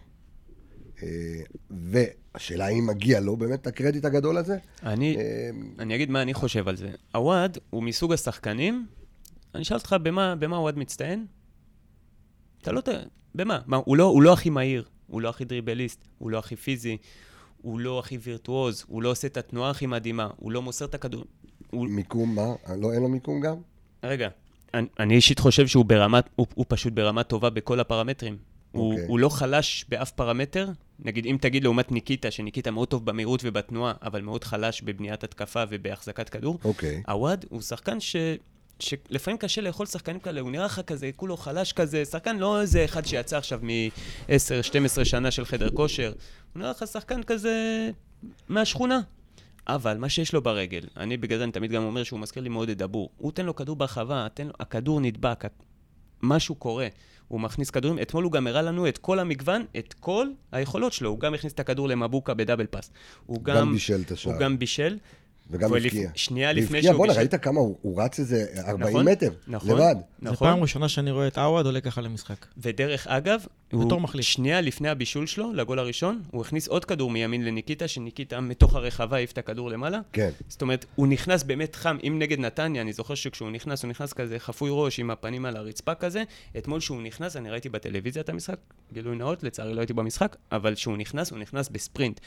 והשאלה האם מגיע לו באמת את הקרדיט הגדול הזה? אני אגיד מה אני חושב על זה. עוואד הוא מסוג השחקנים, אני אשאל אותך במה עוואד מצטיין? אתה לא... במה? הוא לא הכי מהיר, הוא לא הכי דריבליסט, הוא לא הכי פיזי, הוא לא הכי וירטואוז, הוא לא עושה את התנועה הכי מדהימה, הוא לא מוסר את הכדור. מיקום מה? לא, אין לו מיקום גם? רגע, אני אישית חושב שהוא פשוט ברמה טובה בכל הפרמטרים. הוא לא חלש באף פרמטר. נגיד, אם תגיד לעומת ניקיטה, שניקיטה מאוד טוב במהירות ובתנועה, אבל מאוד חלש בבניית התקפה ובהחזקת כדור. עוואד הוא שחקן שלפעמים קשה לאכול שחקנים כאלה, הוא נראה לך כזה, כולו חלש כזה, שחקן לא איזה אחד שיצא עכשיו מ-10-12 שנה של חדר כושר. הוא נראה לך שחקן כזה מהשכונה. אבל מה שיש לו ברגל, אני בגלל זה אני תמיד גם אומר שהוא מזכיר לי מאוד את דבור. הוא תן לו כדור ברחבה, הכדור נדבק, משהו קורה. הוא מכניס כדורים, אתמול הוא גם הראה לנו את כל המגוון, את כל היכולות שלו. הוא גם הכניס את הכדור למבוקה בדאבל פאס. הוא גם בישל את השער. הוא גם בישל. וגם הפקיע. שנייה לפני שהוא בישל. ראית כמה הוא רץ איזה 40 מטר, לבד. זה פעם ראשונה שאני רואה את עוואד עולה ככה למשחק. ודרך אגב, שנייה לפני הבישול שלו, לגול הראשון, הוא הכניס עוד כדור מימין לניקיטה, שניקיטה מתוך הרחבה העיף את הכדור למעלה. כן. זאת אומרת, הוא נכנס באמת חם, אם נגד נתניה, אני זוכר שכשהוא נכנס, הוא נכנס כזה חפוי ראש עם הפנים על הרצפה כזה. אתמול שהוא נכנס, אני ראיתי בטלוויזיה את המשחק, גילוי נאות, לצערי לא הייתי במשחק, אבל שהוא נכנס, הוא נכנס בספרינט.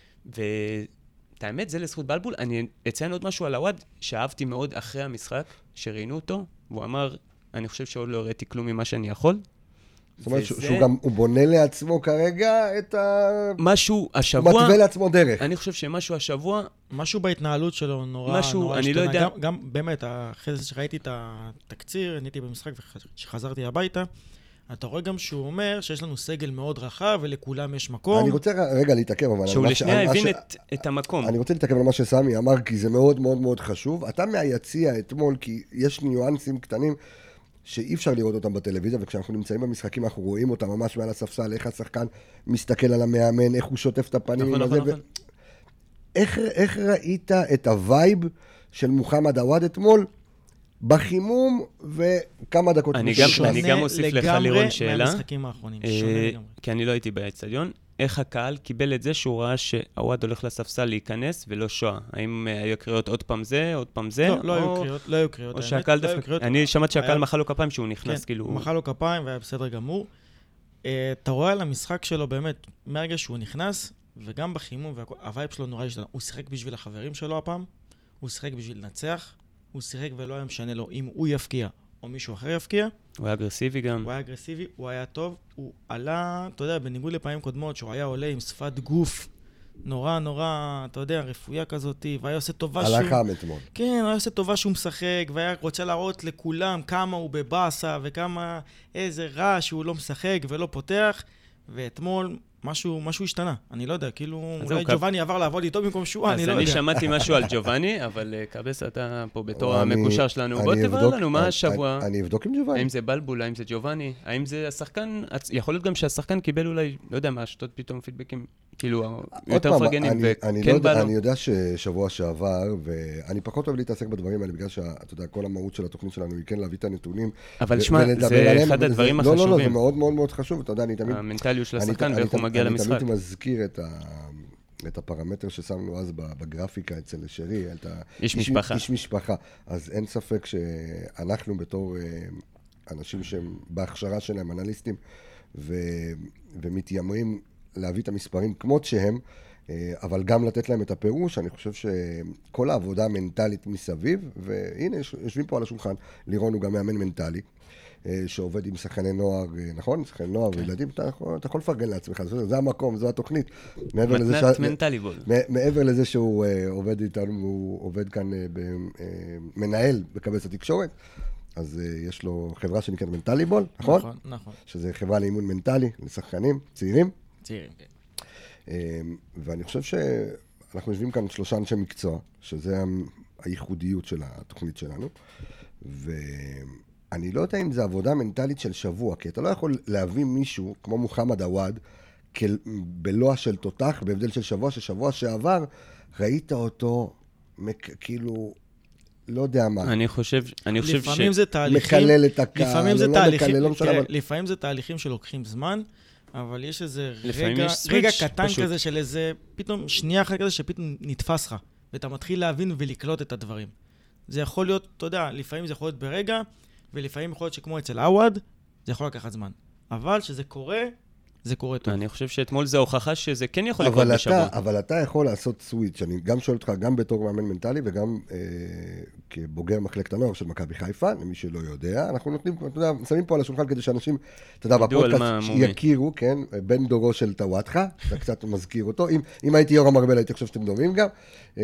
את האמת, זה לזכות בלבול. אני אציין עוד משהו על עוואד, שאהבתי מאוד אחרי המשחק, שראינו אותו, והוא אמר, אני חושב שעוד לא הראיתי כלום ממה שאני יכול. זאת אומרת שהוא גם, הוא בונה לעצמו כרגע את משהו השבוע... הוא מתווה לעצמו דרך. אני חושב שמשהו השבוע... משהו בהתנהלות שלו נורא משהו, אני לא יודע... גם באמת, אחרי זה שראיתי את התקציר, הייתי במשחק וכשחזרתי הביתה, אתה רואה גם שהוא אומר שיש לנו סגל מאוד רחב ולכולם יש מקום. אני רוצה רגע להתעכב, אבל... שהוא לשנייה הבין את המקום. אני רוצה להתעכב על מה שסמי אמר, כי זה מאוד מאוד מאוד חשוב. אתה מהיציע אתמול, כי יש ניואנסים קטנים שאי אפשר לראות אותם בטלוויזיה, וכשאנחנו נמצאים במשחקים אנחנו רואים אותם ממש מעל הספסל, איך השחקן מסתכל על המאמן, איך הוא שוטף את הפנים. נכון. איך ראית את הווייב של מוחמד עוואד אתמול? בחימום וכמה דקות. אני גם אוסיף לך לירון שאלה. לגמרי מהמשחקים האחרונים. שונה לגמרי. כי אני לא הייתי באצטדיון. איך הקהל קיבל את זה שהוא ראה שעוואד הולך לספסל להיכנס ולא שואה? האם היו קריאות עוד פעם זה, עוד פעם זה? לא היו קריאות. או שהקהל דווקא... אני שמעתי שהקהל מחא לו כפיים שהוא נכנס, כאילו... מחא לו כפיים והיה בסדר גמור. אתה רואה על המשחק שלו באמת, מהרגע שהוא נכנס, וגם בחימום, הווייב שלו נורא השתנה. הוא שיחק בשביל החברים שלו הפעם, הוא שיחק בשביל לנצח, הוא שיחק ולא היה משנה לו אם הוא יפקיע או מישהו אחר יפקיע. הוא היה אגרסיבי גם. הוא היה אגרסיבי, הוא היה טוב, הוא עלה, אתה יודע, בניגוד לפעמים קודמות, שהוא היה עולה עם שפת גוף נורא, אתה יודע, רפויה כזאת, והיה עושה טובה שהוא... הלך חם אתמול. כן, הוא היה עושה טובה שהוא משחק, והיה רוצה להראות לכולם כמה הוא בבאסה, וכמה איזה רע שהוא לא משחק ולא פותח, ואתמול משהו השתנה. אני לא יודע, כאילו, אולי ג'ובאני עבר לעבוד איתו במקום שואה, אני לא יודע. אז אני שמעתי משהו על ג'ובאני, אבל קבס, אתה פה בתור המקושר שלנו. בוא תברר לנו מה השבוע. אני אבדוק עם ג'ובאני. האם זה בלבול, האם זה ג'ובאני, האם זה השחקן, יכול להיות גם שהשחקן קיבל אולי, לא יודע מה, שתות פתאום פידבקים, כאילו, יותר פרגנים, וכן בא לו. אני יודע ששבוע שעבר, ואני פחות אוהב להתעסק בדברים האלה, בגלל שאתה יודע, כל המהות של התוכנית שלנו היא כן להביא את הנתונים. אבל שמע, זה אחד הדברים החשובים. לא, זה מאוד מאוד מאוד חשוב, אתה יודע, אני תמיד... המנטליות של השחקן ואיך הוא מגיע למשחק. אני תמיד מזכיר את הפרמטר ששמנו אז בגרפיקה אצל שרי, איש משפחה. איש משפחה. אז אין ספק שאנחנו בתור אנשים שהם בהכשרה שלהם, אנליסטים, ומתיימרים להביא את המספרים כמות שהם, אבל גם לתת להם את הפירוש. אני חושב שכל העבודה המנטלית מסביב, והנה, יושבים פה על השולחן, לירון הוא גם מאמן מנטלי, שעובד עם שחקני נוער, נכון? שחקני נוער וילדים, אתה יכול לפרגן לעצמך, זה המקום, זו התוכנית. מתנת מנטלי בול. מעבר לזה שהוא עובד איתנו, הוא עובד כאן מנהל בקבץ התקשורת, אז יש לו חברה שנקראת מנטלי בול, נכון? נכון. שזה חברה לאימון מנטלי, לשחקנים, צעירים. צעירים, כן. ואני חושב שאנחנו יושבים כאן 3 אנשי מקצוע, שזה הייחודיות של התוכנית שלנו, אני לא יודע אם זה עבודה מנטלית של שבוע, כי אתה לא יכול להביא מישהו כמו מוחמד עוואד, בלוע של תותח, בהבדל של שבוע, ששבוע שעבר ראית אותו כאילו, לא יודע מה. אני חושב לפעמים זה תהליכים, מקלל את הקהל, לפעמים זה תהליכים שלוקחים זמן, אבל יש איזה רגע קטן כזה של איזה, פתאום שנייה אחת כזה שפתאום נתפס לך, ואתה מתחיל להבין ולקלוט את הדברים. זה יכול להיות, אתה יודע, לפעמים זה יכול להיות ברגע, ולפעמים יכול להיות שכמו אצל עווד, זה יכול לקחת זמן. אבל שזה קורה, זה קורה טוב. אני חושב שאתמול זה הוכחה שזה כן יכול לקרות בשבוע. אבל אתה יכול לעשות סוויץ'. אני גם שואל אותך, גם בתור מאמן מנטלי, וגם כבוגר מחלקת הנוער של מכבי חיפה, למי שלא יודע, אנחנו נותנים, אתה יודע, שמים פה על השולחן כדי שאנשים, אתה יודע, בפודקאסט יכירו, כן, בן דורו של טוואטחה, אתה קצת מזכיר אותו. אם הייתי יורם ארבל, הייתי חושב שאתם דומים גם.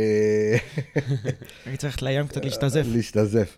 אני צריך לים קצת להשתזף.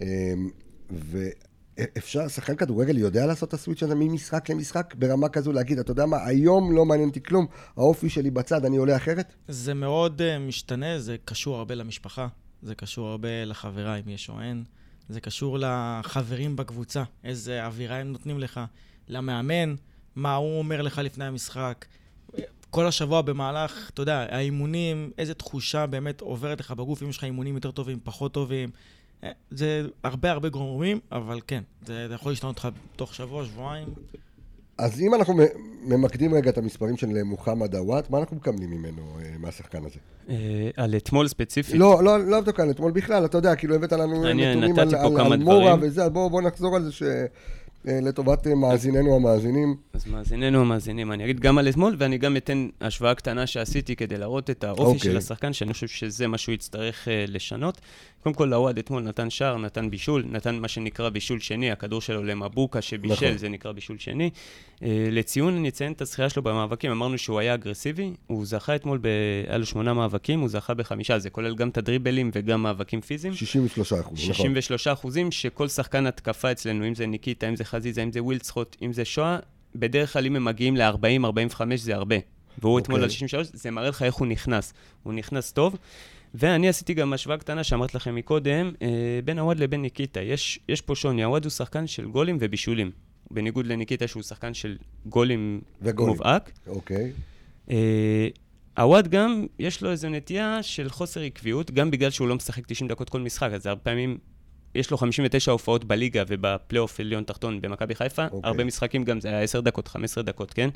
ואפשר, שחקן כדורגל יודע לעשות את הסוויץ' הזה ממשחק למשחק, ברמה כזו להגיד, אתה יודע מה, היום לא מעניין אותי כלום, האופי שלי בצד, אני עולה אחרת? זה מאוד משתנה, זה קשור הרבה למשפחה, זה קשור הרבה לחברה, אם יש או אין, זה קשור לחברים בקבוצה, איזה אווירה הם נותנים לך, למאמן, מה הוא אומר לך לפני המשחק, כל השבוע במהלך, אתה יודע, האימונים, איזה תחושה באמת עוברת לך בגוף, אם יש לך אימונים יותר טובים, פחות טובים, זה הרבה גורמים, אבל כן, זה יכול להשתנות אותך תוך שבוע, שבועיים. אז אם אנחנו ממקדים רגע את המספרים של מוחמד עוואד, מה אנחנו מקבלים ממנו, מהשחקן הזה? על אתמול ספציפית? לא דווקא על אתמול בכלל, אתה יודע, כאילו הבאת לנו נתונים על מורה וזה, אז בואו נחזור על זה לטובת מאזיננו המאזינים. אז מאזיננו המאזינים, אני אגיד גם על אתמול, ואני גם אתן השוואה קטנה שעשיתי כדי להראות את האופי של השחקן, שאני חושב שזה מה שהוא יצטרך לשנות. קודם כל, עוואד אתמול נתן שער, נתן בישול, נתן מה שנקרא בישול שני, הכדור שלו למבוקה שבישל, זה נקרא בישול שני. לציון אני אציין את הזכייה שלו במאבקים, אמרנו שהוא היה אגרסיבי, הוא זכה אתמול היה לו 8 מאבקים, הוא זכה ב5, זה כולל גם את הדריבלים וגם מאבקים פיזיים. 63%, שכל שחקן התקפה אצלנו, אם זה ניקיטה, אם זה חזיזה, אם זה ווילצחוט, אם זה שואה, בדרך כלל אם הם מגיעים ל-40-45 זה הרבה. והוא אתמול על 63, זה מראה לך איך הוא נכנס. הוא נכנס טוב. ואני עשיתי גם השוואה קטנה שאמרת לכם מקודם, בין עוואד לבין ניקיטה. יש פה שוני, עוואד הוא שחקן של גולים ובישולים. בניגוד לניקיטה שהוא שחקן של גולים מובהק. אוקיי. עוואד גם, יש לו איזו נטייה של חוסר עקביות, גם בגלל שהוא לא משחק 90 דקות כל משחק, אז הרבה פעמים יש לו 59 הופעות בליגה ובפלייאוף עליון תחתון במכבי חיפה, הרבה משחקים גם זה היה 10 דקות, 15 דקות, כן?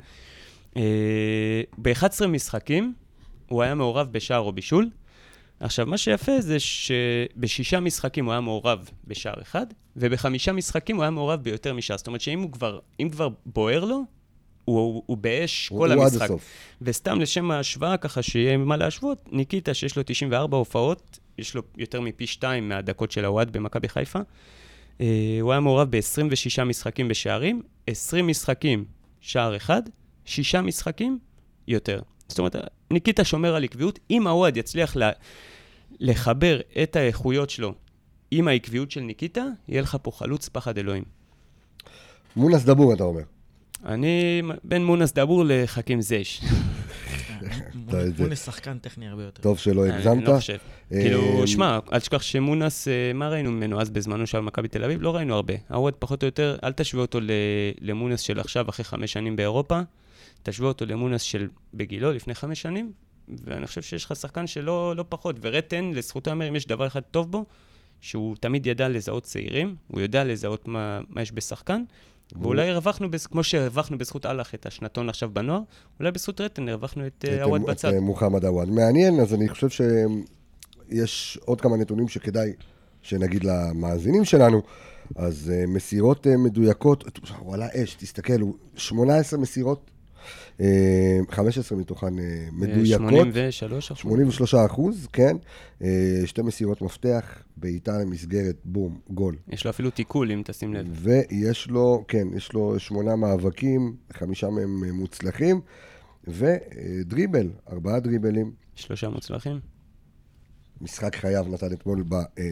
ב-11 משחקים הוא היה מעורב בשער או בישול. עכשיו, מה שיפה זה שב6 משחקים הוא היה מעורב בשער אחד, וב5 משחקים הוא היה מעורב ביותר משער. זאת אומרת שאם כבר בוער לו, הוא באש כל המשחק. וסתם לשם ההשוואה, ככה שיהיה מה להשוות, ניקיטה שיש לו 94 הופעות, יש לו יותר מפי 2 מהדקות של עוואד במכבי חיפה. הוא היה מעורב ב-26 משחקים בשערים, 20 משחקים שער אחד, 6 משחקים יותר. זאת אומרת, ניקיטה שומר על עקביות. אם האוהד יצליח לחבר את האיכויות שלו עם העקביות של ניקיטה, יהיה לך פה חלוץ פחד אלוהים. מונס דבור, אתה אומר. אני בין מונס דבור לחכים זש. מונס שחקן טכני הרבה יותר. טוב שלא הגזמת. אני לא חושב. כאילו, שמע, אל תשכח שמונס, מה ראינו ממנו אז בזמנו של מכבי תל אביב? לא ראינו הרבה. האוהד פחות או יותר, אל תשווה אותו למונס של עכשיו, אחרי 5 שנים באירופה. תשווה אותו למונס של בגילו, לפני 5 שנים. ואני חושב שיש לך שחקן שלא פחות. ורטן, לזכותו אומר, אם יש דבר אחד טוב בו, שהוא תמיד ידע לזהות צעירים, הוא יודע לזהות מה יש בשחקן, ואולי הרווחנו, כמו שהרווחנו בזכות אלח את השנתון עכשיו בנוער, אולי בזכות רטן הרווחנו את עווד בצד. את מוחמד עווד. מעניין, אז אני חושב שיש עוד כמה נתונים שכדאי שנגיד למאזינים שלנו, אז מסירות מדויקות, וואלה אש, תסתכל, 18 מסירות, 15 מתוכן מדויקות. 83%, כן. 2 מסירות מפתח, בעיטה למסגרת, בום, גול. יש לו אפילו תיקול, אם תשים לב. ויש לו, כן, יש לו 8 מאבקים, 5 מהם מוצלחים, ודריבל, 4 דריבלים. 3 מוצלחים. משחק חייב נתן אתמול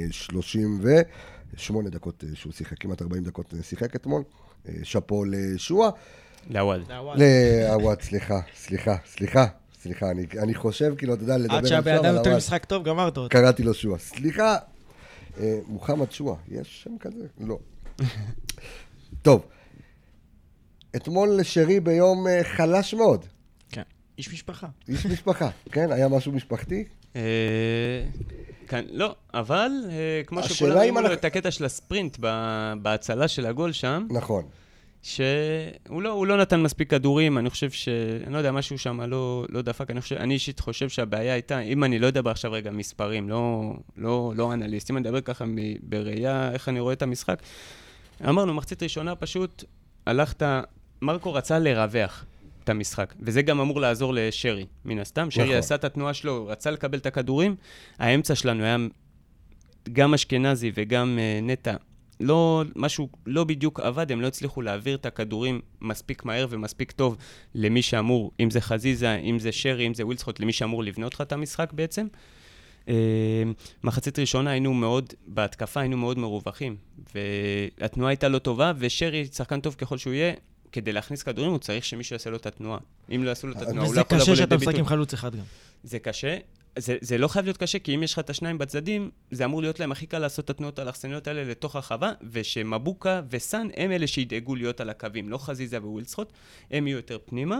ב-38 דקות שהוא שיחק, כמעט 40 דקות שיחק אתמול. שפו לשועה. לעווד. לעווד, סליחה. אני חושב, כאילו, אתה יודע, לדבר עד שהבאדם נותן משחק טוב, גמרת אותו. קראתי לו שועה. סליחה, מוחמד שועה, יש שם כזה? לא. טוב, אתמול שרי ביום חלש מאוד. כן, איש משפחה. איש משפחה, כן? היה משהו משפחתי? כן, לא, אבל כמו שכולם ראינו לו את הקטע של הספרינט בהצלה של הגול שם. נכון. שהוא לא נתן מספיק כדורים, אני חושב אני לא יודע, משהו שם לא דפק, אני אישית חושב שהבעיה הייתה, אם אני לא אדבר עכשיו רגע מספרים, לא אנליסט, אם אני אדבר ככה בראייה, איך אני רואה את המשחק, אמרנו, מחצית ראשונה פשוט מרקו רצה לרווח את המשחק, וזה גם אמור לעזור לשרי, מן הסתם, שרי עשה את התנועה שלו, רצה לקבל את הכדורים, האמצע שלנו היה גם אשכנזי וגם נטע, משהו לא בדיוק עבד, הם לא הצליחו להעביר את הכדורים מספיק מהר ומספיק טוב למי שאמור, אם זה חזיזה, אם זה שרי, אם זה ווילסחוט, למי שאמור לבנות לך את המשחק בעצם. מחצית ראשונה בהתקפה היינו מאוד מרווחים, והתנועה הייתה לא טובה, ושרי, שחקן טוב ככל שהוא יהיה, כדי להכניס כדורים, הוא צריך שמישהו יעשה לו את התנועה. אם לא יעשו לו את התנועה, הוא לא יכול לבוא לידי ביטוי. וזה קשה שאתה משחק עם חלוץ אחד גם. זה קשה. זה לא חייב להיות קשה, כי אם יש לך את השניים בצדדים, זה אמור להיות להם הכי קל לעשות את התנועות האלכסניות האלה לתוך הרחבה, ושמבוקה וסן הם אלה שידאגו להיות על הקווים, לא חזיזה ווילסחוט, הם יהיו יותר פנימה,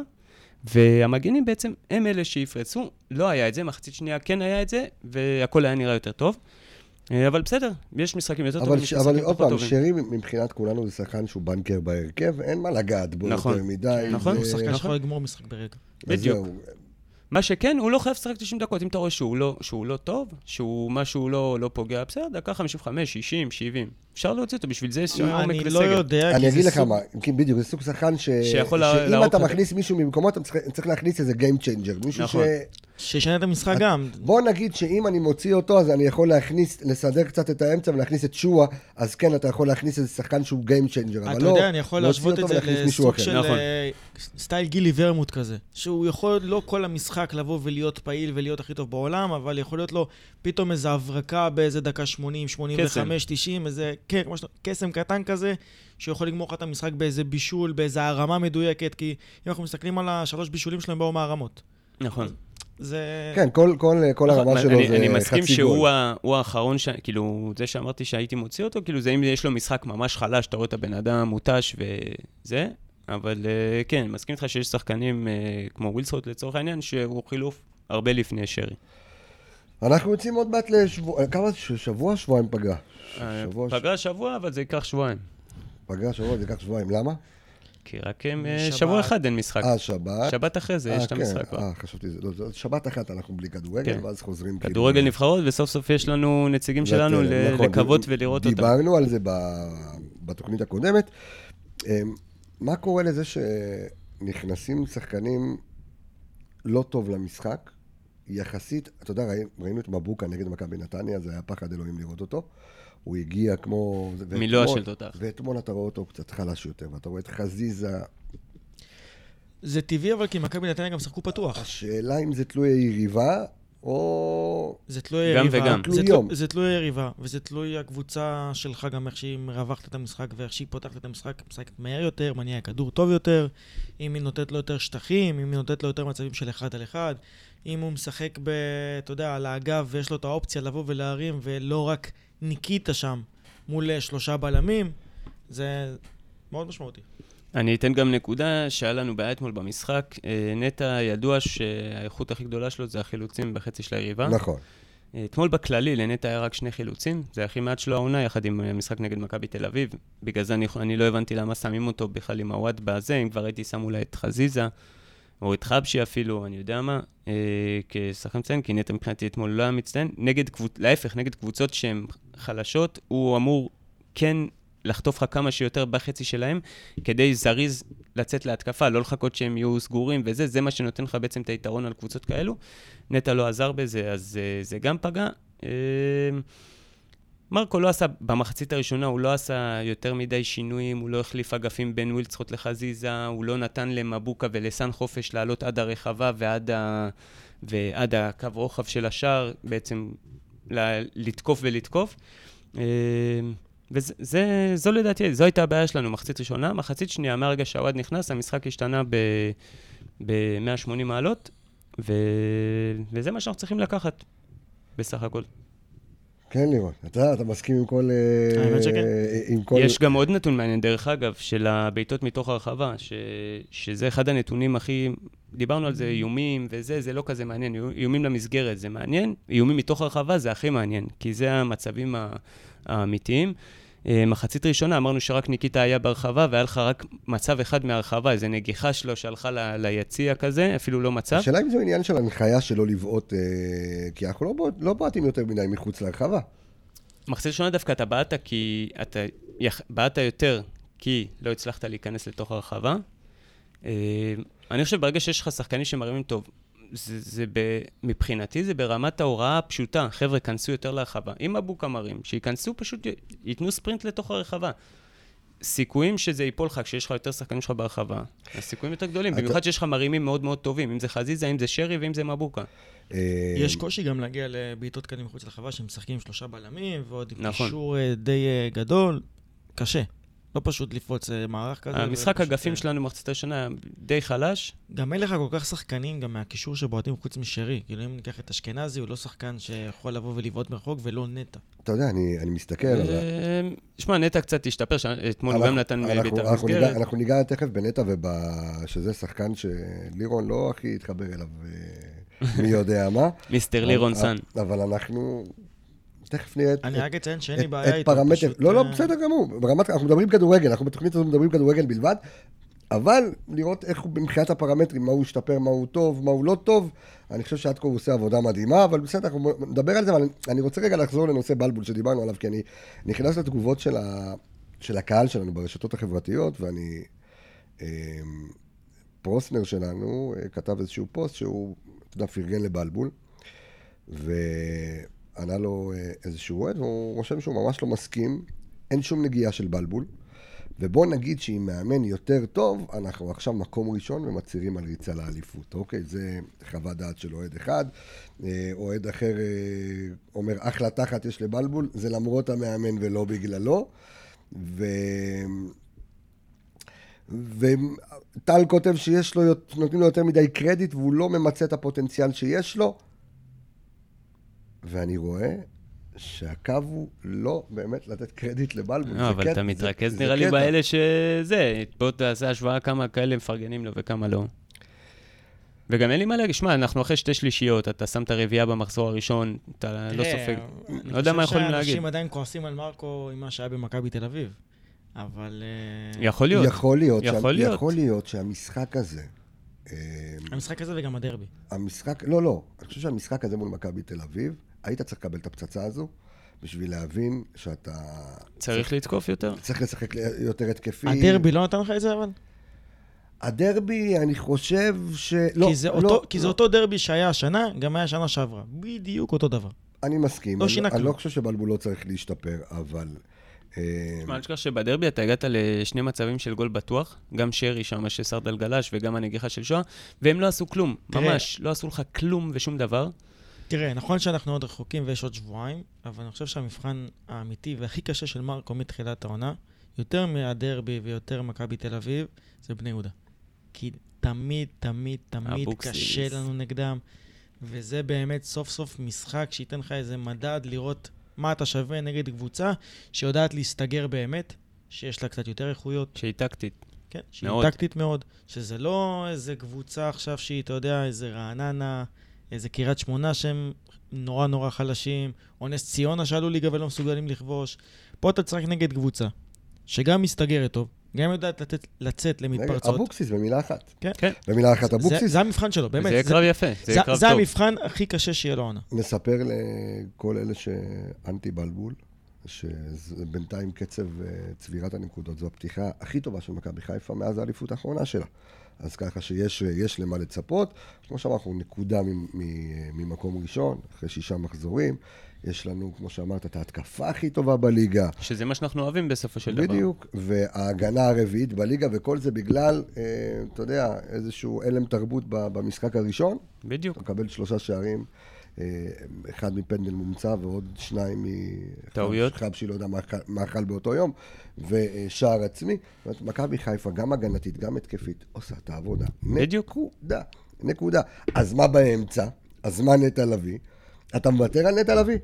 והמגנים בעצם הם אלה שיפרצו, לא היה את זה, מחצית שנייה כן היה את זה, והכל היה נראה יותר טוב. אבל בסדר, יש משחקים יותר טובים, יש משחקים פחות טובים. אבל עוד פעם, שרי מבחינת כולנו זה שחקן שהוא בנקר בהרכב, אין מה לגעת בו יותר מדי. נכון, הוא שחקן שיכול לגמור משחק ברגע. בדיוק. מה שכן, הוא לא חייב לשחק 90 דקות, אם אתה רואה שהוא לא טוב, שהוא משהו לא פוגע, בסדר, דקה 55, 60, 70. אפשר להוציא אותו, בשביל זה יש עומק אני וסגל. לא יודע, אני אגיד לך מה, בדיוק, זה סוג שחקן שאם אתה מכניס מישהו ממקומות, אתה צריך להכניס איזה Game Changer, מישהו שישנה את המשחק גם. בוא נגיד שאם אני מוציא אותו, אז אני יכול לסדר קצת את האמצע ולהכניס את שועה, אז כן, אתה יכול להכניס איזה שחקן שהוא Game Changer, אבל לא, אתה יודע, אני יכול להשוות את זה לסוג של סטייל גילי ורמוט כזה, שהוא יכול לא כל המשחק לבוא ולהיות פעיל ולהיות הכי טוב בעולם, אבל יכול להיות לו פתאום איזו הברקה באיזה דקה 80, 85, 90, איזה קסם קטן כזה, שיכול לגמור לך את המשחק באיזה בישול, באיזה הרמה מדויקת, כי אם אנחנו מסתכלים על 3 בישולים שלהם באו מהרמות. נכון. זה... כן, כל הרמה שלו זה חצי גול. אני מסכים שהוא האחרון, כאילו, זה שאמרתי שהייתי מוציא אותו, כאילו זה אם יש לו משחק ממש חלש, אתה רואה את הבן אדם מוטש וזה, אבל כן, מסכים איתך שיש שחקנים כמו ווילסחוט לצורך העניין, שהוא חילוף הרבה לפני שרי. אנחנו יוצאים עוד מעט כמה שבוע? שבועיים פגרה. פגרה שבוע, אבל זה ייקח שבועיים. פגרה שבוע, זה ייקח שבועיים. למה? כי רק שבוע אחד אין משחק. שבת. שבת אחרי זה יש את המשחק. חשבתי, שבת אחת אנחנו בלי כדורגל, ואז חוזרים. כדורגל נבחרות, וסוף סוף יש לנו נציגים שלנו לקוות ולראות אותם. דיברנו על זה בתוכנית הקודמת. מה קורה לזה שנכנסים שחקנים לא טוב למשחק, יחסית, אתה יודע, ראינו את מבוקה נגד מכבי נתניה, זה היה פחד אלוהים לראות אותו. הוא הגיע כמו... מילואה של תותח. ואתמול אתה רואה אותו קצת חלש יותר, ואתה רואה את חזיזה... זה טבעי, אבל כי מכבי נתניה גם שחקו פתוח. השאלה אם זה תלוי יריבה, או... זה תלוי יריבה. גם וגם. זה תלוי יריבה, וזה תלוי הקבוצה שלך גם איך שהיא מרווחת את המשחק, ואיך שהיא פותחת את המשחק, משחקת מהר יותר, מניע כדור טוב יותר, אם היא נותנת לו יותר שטחים, אם היא נותנת לו יותר מצבים של 1 על 1, אם הוא משחק אתה יודע, על האגב, ויש לו את האופציה לבוא ולהרים, ולא רק ניקית שם מול 3 בלמים, זה מאוד משמעותי. אני אתן גם נקודה שהיה לנו בעיה אתמול במשחק. נטע ידוע שהאיכות הכי גדולה שלו זה החילוצים בחצי של היריבה. נכון. אתמול בכללי לנטע היה רק 2 חילוצים, זה הכי מעט שלו העונה, יחד עם המשחק נגד מכבי תל אביב. בגלל זה אני לא הבנתי למה שמים אותו בכלל עם הוואט בזה, אם כבר הייתי שם אולי את חזיזה, או את חבשי אפילו, אני יודע מה, כשחקן מצטיין, כי נטע מבחינתי אתמול לא היה מצטיין. להפך, נגד קבוצות שהן חלשות, הוא אמור כן לחטוף לך כמה שיותר בחצי שלהם, כדי זריז לצאת להתקפה, לא לחכות שהם יהיו סגורים וזה, זה מה שנותן לך בעצם את היתרון על קבוצות כאלו. נטע לא עזר בזה, אז זה גם פגע. מרקו לא עשה, במחצית הראשונה הוא לא עשה יותר מדי שינויים, הוא לא החליף אגפים בין ווילצחוט לחזיזה, הוא לא נתן למבוקה ולסן חופש לעלות עד הרחבה ועד הקו רוחב של השער, בעצם לתקוף ולתקוף. וזו לדעתי, זו הייתה הבעיה שלנו, מחצית ראשונה. מחצית שנייה, מהרגע שהוואד נכנס, המשחק השתנה ב-180 מעלות, וזה מה שאנחנו צריכים לקחת, בסך הכל. כן, לירון. אתה מסכים עם כל... האמת שכן. יש גם עוד נתון מעניין, דרך אגב, של הביתות מתוך הרחבה, שזה אחד הנתונים הכי... דיברנו על זה, איומים וזה, זה לא כזה מעניין. איומים למסגרת זה מעניין, איומים מתוך הרחבה זה הכי מעניין, כי זה המצבים האמיתיים. מחצית ראשונה אמרנו שרק ניקיטה היה ברחבה, והיה לך רק מצב אחד מהרחבה, איזו נגיחה שלו שהלכה ליציע כזה, אפילו לא מצב. השאלה אם זה עניין של הנחיה שלא לבעוט, כי אנחנו לא בעטים יותר מדי מחוץ להרחבה. מחצית ראשונה דווקא אתה בעט, כי אתה בעט יותר, כי לא הצלחת להיכנס לתוך הרחבה. אני חושב ברגע שיש לך שחקנים שמרימים טוב, מבחינתי זה ברמת ההוראה הפשוטה. חבר'ה, כנסו יותר להרחבה. אם מבוקה מרים, שיכנסו פשוט, ייתנו ספרינט לתוך הרחבה. סיכויים שזה ייפול לך כשיש לך יותר שחקנים שלך ברחבה. הסיכויים יותר גדולים, במיוחד שיש לך מרימים מאוד מאוד טובים. אם זה חזיזה, אם זה שרי ואם זה מבוקה. יש קושי גם להגיע לבעיטות קדימה מחוץ לרחבה, שמשחקים 3 בלמים, ועוד עם קישור די גדול. קשה. לא פשוט לפרוץ מערך כזה. המשחק אגפים שלנו מחצית השנה די חלש. גם אין לך כל כך שחקנים, גם מהקישור שבועטים חוץ משרי. כאילו אם ניקח את אשכנזי, הוא לא שחקן שיכול לבוא ולבעוט מרחוק, ולא נטע. אתה יודע, אני מסתכל... שמע, נטע קצת השתפר, אתמול הוא גם נתן בעיטה מסגרת. אנחנו ניגע תכף בנטע, שזה שחקן שלירון לא הכי התחבר אליו, מי יודע מה. מיסטר לירון סן. אבל אנחנו... תכף נראה אני רק אציין שאין לי בעיה איתו. לא, בסדר גמור. אנחנו מדברים כדורגל, אנחנו בתוכנית הזאת מדברים כדורגל בלבד, אבל לראות איך הוא מבחינת הפרמטרים, מה הוא השתפר, מה הוא טוב, מה הוא לא טוב, אני חושב שעד כה הוא עושה עבודה מדהימה, אבל בסדר, אנחנו נדבר על זה, אבל אני רוצה רגע לחזור לנושא בלבול שדיברנו עליו, כי אני נכנס לתגובות של הקהל שלנו ברשתות החברתיות, ואני... פרוסנר שלנו כתב איזשהו פוסט שהוא, אתה יודע, פרגן לבלבול, ענה לו איזשהו ורד, והוא רושם שהוא ממש לא מסכים, אין שום נגיעה של בלבול, ובוא נגיד שאם מאמן יותר טוב, אנחנו עכשיו מקום ראשון ומצהירים על ריצה לאליפות, אוקיי? זה חוות דעת של אוהד אחד, אוהד אחר אומר, אחלה תחת יש לבלבול, זה למרות המאמן ולא בגללו, וטל כותב שיש לו, נותנים לו יותר מדי קרדיט, והוא לא ממצא את הפוטנציאל שיש לו, ואני רואה שהקו הוא לא באמת לתת קרדיט לבלבול. אבל אתה מתרכז נראה לי באלה שזה, בוא תעשה השוואה כמה כאלה מפרגנים לו וכמה לא. וגם אין לי מה להגיד, שמע, אנחנו אחרי 2 שלישיות, אתה שם את הרביעייה במחזור הראשון, אתה לא סופג. לא יודע מה יכולים להגיד. אנשים עדיין כועסים על מרקו עם מה שהיה במכבי תל אביב, אבל... יכול להיות. יכול להיות שהמשחק הזה... המשחק הזה וגם הדרבי. לא. אני חושב שהמשחק הזה מול מכבי תל אביב, היית צריך לקבל את הפצצה הזו, בשביל להבין שאתה... צריך לתקוף יותר. צריך לשחק יותר התקפי. הדרבי לא נתן לך את זה אבל? הדרבי, אני חושב כי זה אותו דרבי שהיה השנה, גם היה השנה שעברה. בדיוק אותו דבר. אני מסכים. לא שינה כלום. אני לא חושב שבלבול לא צריך להשתפר, אבל... תשמע, אני חושב שבדרבי אתה הגעת לשני מצבים של גול בטוח, גם שרי שם שסרד על גלש וגם הנגיחה של שואה, והם לא עשו כלום, ממש, לא עשו לך כלום ושום דבר. תראה, נכון שאנחנו עוד רחוקים ויש עוד שבועיים, אבל אני חושב שהמבחן האמיתי והכי קשה של מרקו מתחילת העונה, יותר מהדרבי ויותר מכבי תל אביב, זה בני יהודה. כי תמיד קשה לנו נגדם, וזה באמת סוף סוף משחק שייתן לך איזה מדד לראות מה אתה שווה נגד קבוצה שיודעת להסתגר באמת, שיש לה קצת יותר איכויות. שהיא טקטית. כן, שהיא טקטית מאוד. שזה לא איזה קבוצה עכשיו שהיא, אתה יודע, איזה רעננה, איזה קריית שמונה שהם נורא חלשים, או נס ציונה שעלו ליגה ולא מסוגלים לכבוש. פה אתה צריך נגד קבוצה, שגם מסתגרת טוב, גם יודעת לצאת למתפרצות. אבוקסיס, במילה אחת. כן. במילה אחת אבוקסיס. זה המבחן שלו, באמת. זה קרב יפה, זה קרב טוב. זה המבחן הכי קשה שיהיה לו עונה. נספר לכל אלה שאנטי בלבול, שבינתיים קצב צבירת הנקודות, זו הפתיחה הכי טובה של מכבי חיפה מאז האליפות האחרונה שלה. אז ככה שיש למה לצפות. כמו שאמרנו, נקודה ממקום ראשון, אחרי 6 מחזורים. יש לנו, כמו שאמרת, את ההתקפה הכי טובה בליגה. שזה מה שאנחנו אוהבים בסופו של דבר. בדיוק, וההגנה הרביעית בליגה, וכל זה בגלל, אתה יודע, איזשהו אלם תרבות במשחק הראשון. בדיוק. אתה מקבל 3 שערים, אחד מפנדל מומצא ועוד 2 טעויות. חבשי לא יודע מה אכל באותו יום, ושער עצמי. זאת אומרת, מכבי חיפה, גם הגנתית, גם התקפית, עושה את העבודה. בדיוק. נקודה. אז מה באמצע? אז מה נטע לביא? אתה מוותר על נטע לביא?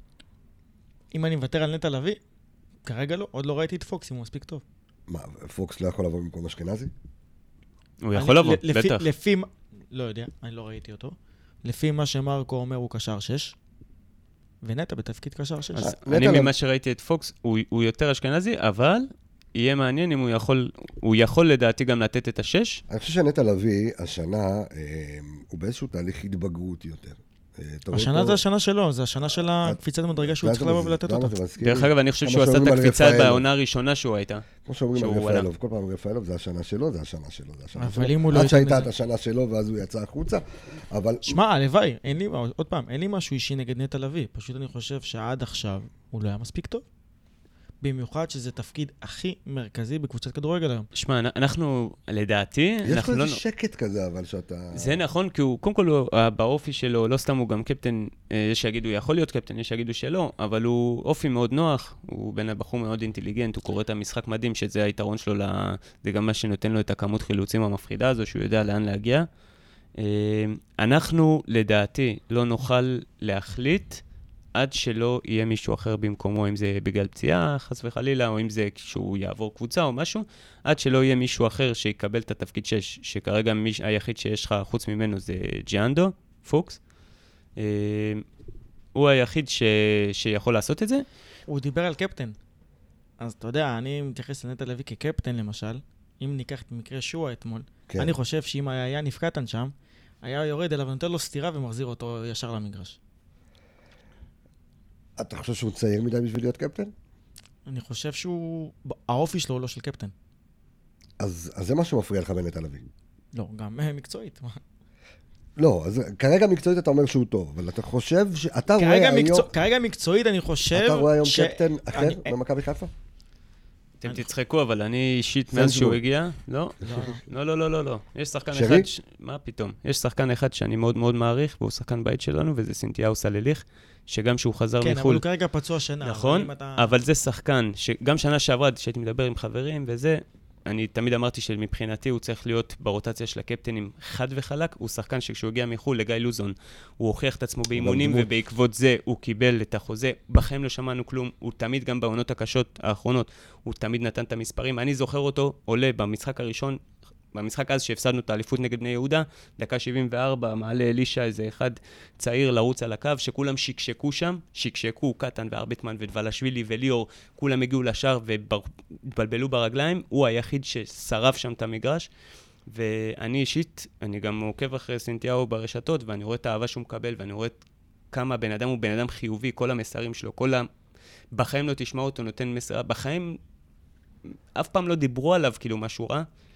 אם אני מוותר על נטע לביא, כרגע לא, עוד לא ראיתי את פוקס, אם הוא מספיק טוב. מה, פוקס לא יכול לבוא במקום אשכנזי? הוא יכול לבוא, בטח. לא יודע, אני לא ראיתי אותו. לפי מה שמרקו אומר הוא קשר 6, ונטע בתפקיד קשר 6. אני ממה שראיתי את פוקס, הוא יותר אשכנזי, אבל יהיה מעניין אם הוא יכול לדעתי גם לתת את 6. אני חושב שנטע לביא, השנה, הוא באיזשהו תהליך התבגרות יותר. השנה זה השנה שלו, זה השנה של הקפיצת מדרגה שהוא צריך לבוא ולתת אותה. דרך אגב, אני חושב שהוא עשה את הקפיצה בעונה הראשונה שהוא הייתה. כמו שאומרים על רפאלוב, כל פעם רפאלוב זה השנה שלו, זה השנה שלו, זה השנה שלו. אבל אם הוא לא... עד שהייתה את השנה שלו ואז הוא יצא החוצה, אבל... שמע, הלוואי, עוד פעם, אין לי משהו אישי נגד נטע לביא, פשוט אני חושב שעד עכשיו הוא לא היה מספיק טוב. במיוחד שזה תפקיד הכי מרכזי בקבוצת כדורגל היום. שמע, אנחנו, לדעתי... יש לו איזה שקט כזה, אבל שאתה... זה נכון, כי הוא, קודם כל, באופי שלו, לא סתם הוא גם קפטן, יש שיגידו, יכול להיות קפטן, יש שיגידו שלא, אבל הוא אופי מאוד נוח, הוא בין הבחור מאוד אינטליגנט, הוא קורא את המשחק מדהים, שזה היתרון שלו, זה גם מה שנותן לו את הכמות חילוצים המפחידה הזו, שהוא יודע לאן להגיע. אנחנו, לדעתי, לא נוכל להחליט עד שלא יהיה מישהו אחר במקומו, אם זה בגלל פציעה, חס וחלילה, או אם זה כשהוא יעבור קבוצה או משהו, עד שלא יהיה מישהו אחר שיקבל את התפקיד 6, שכרגע היחיד שיש לך חוץ ממנו זה ג'יאנדו, פוקס. הוא היחיד שיכול לעשות את זה. הוא דיבר על קפטן. אז אתה יודע, אני מתייחס לנטע לביא כקפטן למשל, אם ניקח את מקרה שואה אתמול, כן. אני חושב שאם היה נפקטן שם, היה יורד אליו ונותן לו סתירה ומחזיר אותו ישר למגרש. אתה חושב שהוא צעיר מדי בשביל להיות קפטן? אני חושב האופי שלו הוא לא של קפטן. אז זה מה שמפריע לך בנטע לביא. לא, גם מקצועית. לא, אז כרגע מקצועית אתה אומר שהוא טוב, אבל אתה חושב שאתה רואה היום... כרגע מקצועית אני חושב... אתה רואה היום קפטן אחר במכבי חיפה? אתם תצחקו, אבל אני אישית מאז שהוא הגיע, לא, לא. יש שחקן אחד, מה פתאום? יש שחקן אחד שאני מאוד מאוד מעריך, והוא שחקן בית שלנו, וזה סינתיהו סלליך, שגם שהוא חזר מחול. כן, אבל הוא כרגע פצוע שנה. נכון, אבל זה שחקן, שגם שנה שעברה, שהייתי מדבר עם חברים וזה, אני תמיד אמרתי שמבחינתי הוא צריך להיות ברוטציה של הקפטנים חד וחלק, הוא שחקן שכשהוא הגיע מחול לגיא לוזון, הוא הוכיח את עצמו באימונים, ובעקבות זה הוא קיבל את החוזה, בחיים לא שמענו כלום, הוא תמיד גם בעונות הקשות האחרונות, הוא תמיד נתן את המספרים, אני זוכר אותו עולה במשחק הראשון, במשחק אז שהפסדנו את האליפות נגד בני יהודה, דקה 74, מעלה אלישה, איזה אחד צעיר לרוץ על הקו, שכולם שקשקו, קטן וארביטמן ודבלשווילי וליאור, כולם הגיעו לשער והתבלבלו ברגליים, הוא היחיד ששרף שם את המגרש, ואני אישית, אני גם עוקב אחרי סינתיהו ברשתות, ואני רואה את האהבה שהוא מקבל, ואני רואה כמה בן אדם הוא בן אדם חיובי, כל המסרים שלו, בחיים לא תשמע אותו, נותן מסר, בחיים אף פעם לא דיברו עליו כאילו משהו רע,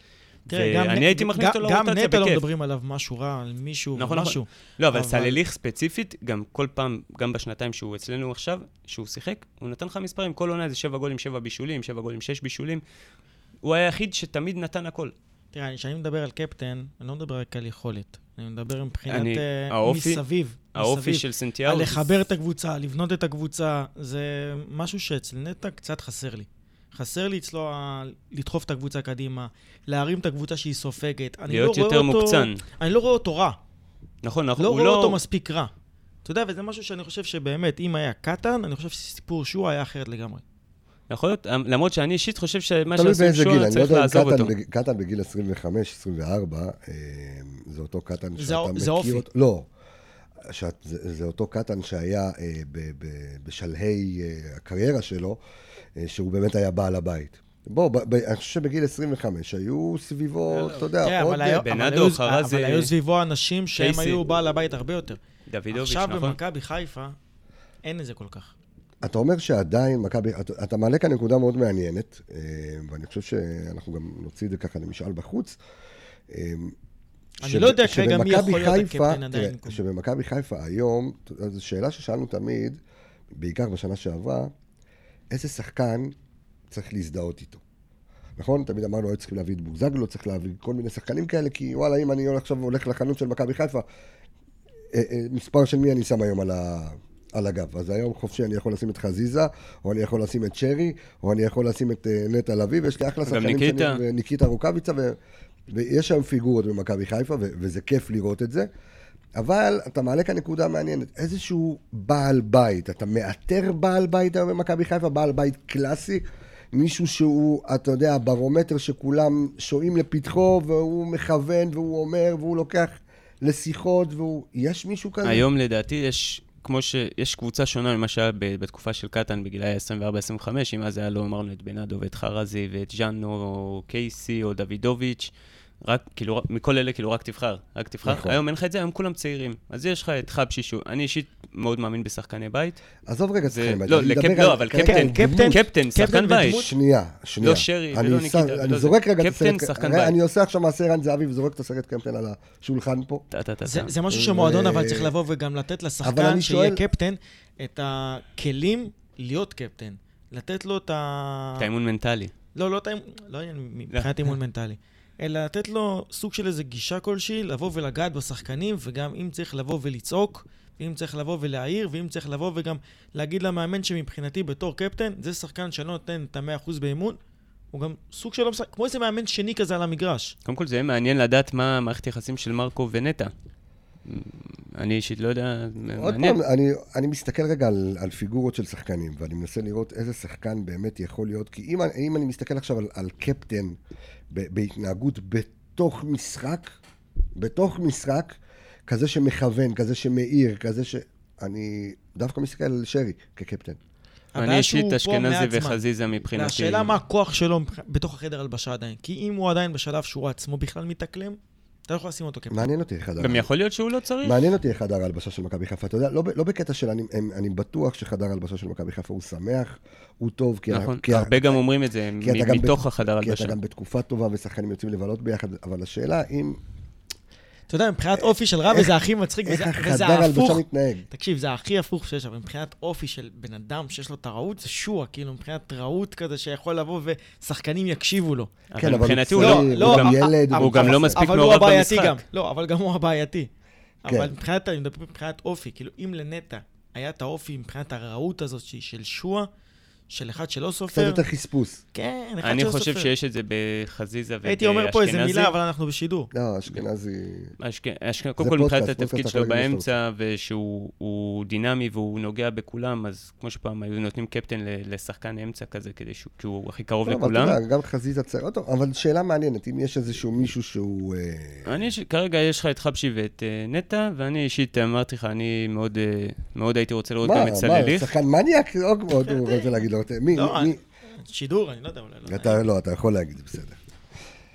ואני הייתי מכניס אותו לרוטציה בכיף. גם נטע לא מדברים עליו משהו רע, על מישהו ומשהו. לא, אבל סלליך ספציפית, גם כל פעם, גם בשנתיים שהוא אצלנו עכשיו, שהוא שיחק, הוא נתן לך מספרים, כל עונה זה 7 גולים, 7 בישולים, 7 גולים, 6 בישולים. הוא היחיד שתמיד נתן הכל. תראה, כשאני מדבר על קפטן, אני לא מדבר רק על יכולת. אני מדבר מבחינת מסביב. האופי של סנטיאגו. על לחבר את הקבוצה, לבנות את הקבוצה, זה משהו שאצל נטע קצת חסר לי. חסר לי אצלו לדחוף את הקבוצה קדימה, להרים את הקבוצה שהיא סופגת. להיות יותר מוקצן. אני לא רואה אותו רע. נכון, לא רואה אותו מספיק רע. אתה יודע, וזה משהו שאני חושב שבאמת, אם היה קטן, אני חושב שסיפור שועה היה אחרת לגמרי. יכול להיות, למרות שאני אישית חושב שמה שעשו שועה צריך לעזוב אותו. קטן בגיל 25, 24, זה אותו קטן שאתה מכיר אותו. זה אופי. לא, זה אותו קטן שהיה בשלהי הקריירה שלו, שהוא באמת היה בעל הבית. אני חושב שבגיל 25 היו סביבו, אתה יודע, עוד... בנאדו, חרזי... אבל היו סביבו אנשים שהם היו בעל הבית הרבה יותר. דוידוביץ', נכון? עכשיו במכבי חיפה אין את זה כל כך. אתה אומר שעדיין מכבי... אתה מעלה כאן נקודה מאוד מעניינת, ואני חושב שאנחנו גם נוציא את זה ככה למשאל בחוץ. אני לא יודע כרגע מי יכול להיות הקפטן עדיין. שבמכבי חיפה היום, זו שאלה ששאלנו תמיד, בעיקר בשנה שעברה, איזה שחקן צריך להזדהות איתו. נכון? תמיד אמרנו, צריכים להביא את בוזגלו, צריך להביא כל מיני שחקנים כאלה, כי וואלה, אם אני עכשיו הולך לחנות של מכבי חיפה, מספר של מי אני שם היום על הגב. אז היום חופשי אני יכול לשים את חזיזה, או אני יכול לשים את שרי, או אני יכול לשים את נטע לביא, ויש לי אחלה שחקנים שלי, ניקיטה רוקביצה, ויש שם פיגורות במכבי חיפה, וזה כיף לראות את זה. אבל אתה מעלה כאן נקודה מעניינת, איזשהו בעל בית, אתה מאתר בעל בית במכבי חיפה, בעל בית קלאסי, מישהו שהוא, אתה יודע, הברומטר שכולם שועים לפתחו, והוא מכוון, והוא אומר, והוא לוקח לשיחות, יש מישהו כזה? היום לדעתי יש, כמו שיש קבוצה שונה ממה שהיה בתקופה של קטן, בגילאי 24-25, אם אז היה לו, אמרנו, את בנאדו ואת חרזי, ואת ז'אנו, או קייסי, או דוידוביץ', רק, כאילו, מכל אלה, כאילו, רק תבחר. נכון. היום אין לך את זה, היום כולם צעירים. אז יש לך את חבשי, אני אישית מאוד מאמין בשחקני בית. עזוב רגע שחקני בית. לא, אבל קפטן, שחקן בית. שנייה. לא שרי ולא ניקיטה. אני זורק רגע את קפטן, שחקן בית. אני עושה עכשיו מעשה רן זהבי וזורק את הסרט קפטן על השולחן פה. זה משהו שמועדון, אבל צריך לבוא וגם לתת לשחקן שיהיה קפטן את הכלים להיות קפטן. לתת לו את האימון מנטלי. לא מבחינת אימון מנטלי. אלא לתת לו סוג של איזה גישה כלשהי, לבוא ולגעת בשחקנים, וגם אם צריך לבוא ולצעוק, ואם צריך לבוא ולהעיר, ואם צריך לבוא וגם להגיד למאמן שמבחינתי בתור קפטן, זה שחקן שלא נותן את ה-100% באימון, הוא גם סוג שלו, כמו איזה מאמן שני כזה על המגרש. קודם כל זה מעניין לדעת מה מערכת יחסים של מרקו ונטע. אני אישית לא יודע, עוד פעם, אני מסתכל רגע על פיגורות של שחקנים, ואני מנסה לראות איזה שחקן באמת יכול להיות, כי אם אני מסתכל עכשיו על קפטן בהתנהגות בתוך משחק, כזה שמכוון, כזה שמאיר, כזה אני דווקא מסתכל על שרי כקפטן. אני אישית אשכנזי וחזיזה מבחינתי. והשאלה מה הכוח שלו בתוך החדר הלבשה עדיין, כי אם הוא עדיין בשלב שהוא עצמו בכלל מתאקלם, אתה לא יכול לשים אותו קפטן. מעניין אותי חדר. גם יכול להיות שהוא לא צריך. מעניין אותי חדר ההלבשה של מכבי חיפה. אתה יודע, לא בקטע של אני בטוח שחדר ההלבשה של מכבי חיפה הוא שמח, הוא טוב. נכון, הרבה גם אומרים את זה מתוך החדר ההלבשה. כי אתה גם בתקופה טובה ושחקנים יוצאים לבלות ביחד, אבל השאלה אם... אתה יודע, מבחינת אופי של רבי זה הכי מצחיק, איך החדר ההלבשה מתנהג? תקשיב, זה הכי הפוך שיש, אבל מבחינת אופי של בן אדם שיש לו את הרעות, זה שועה, כאילו, מבחינת רעות כזה שיכול לבוא ושחקנים יקשיבו לו. כן, אבל מבחינתי הוא גם לא מספיק מעורב במשחק. לא, אבל גם הוא הבעייתי. אבל אני מדבר מבחינת אופי, כאילו, אם לנטע היה את האופי מבחינת הרעות הזאת של שועה, של אחד שלא סופר. קצת יותר חספוס. כן, אחד שלא סופר. אני חושב שיש את זה בחזיזה ובאשכנזי. הייתי אומר פה איזה מילה, אבל אנחנו בשידור. לא, אשכנזי... קודם כל מבחינת התפקיד שלו באמצע, ושהוא דינמי והוא נוגע בכולם, אז כמו שפעם היו נותנים קפטן לשחקן אמצע כזה, כי הוא הכי קרוב לכולם. גם חזיזה צער אותו, אבל שאלה מעניינת, אם יש איזשהו מישהו שהוא... כרגע יש לך את חבשי ואת נטע, ואני אישית אמרתי לך, אני מאוד הייתי רוצה לראות גם את סלליך. שחקן מניאק, או מאוד הוא רוצה להגיד לו, לא, שידור, אני לא יודע אולי. לא, אתה יכול להגיד, בסדר.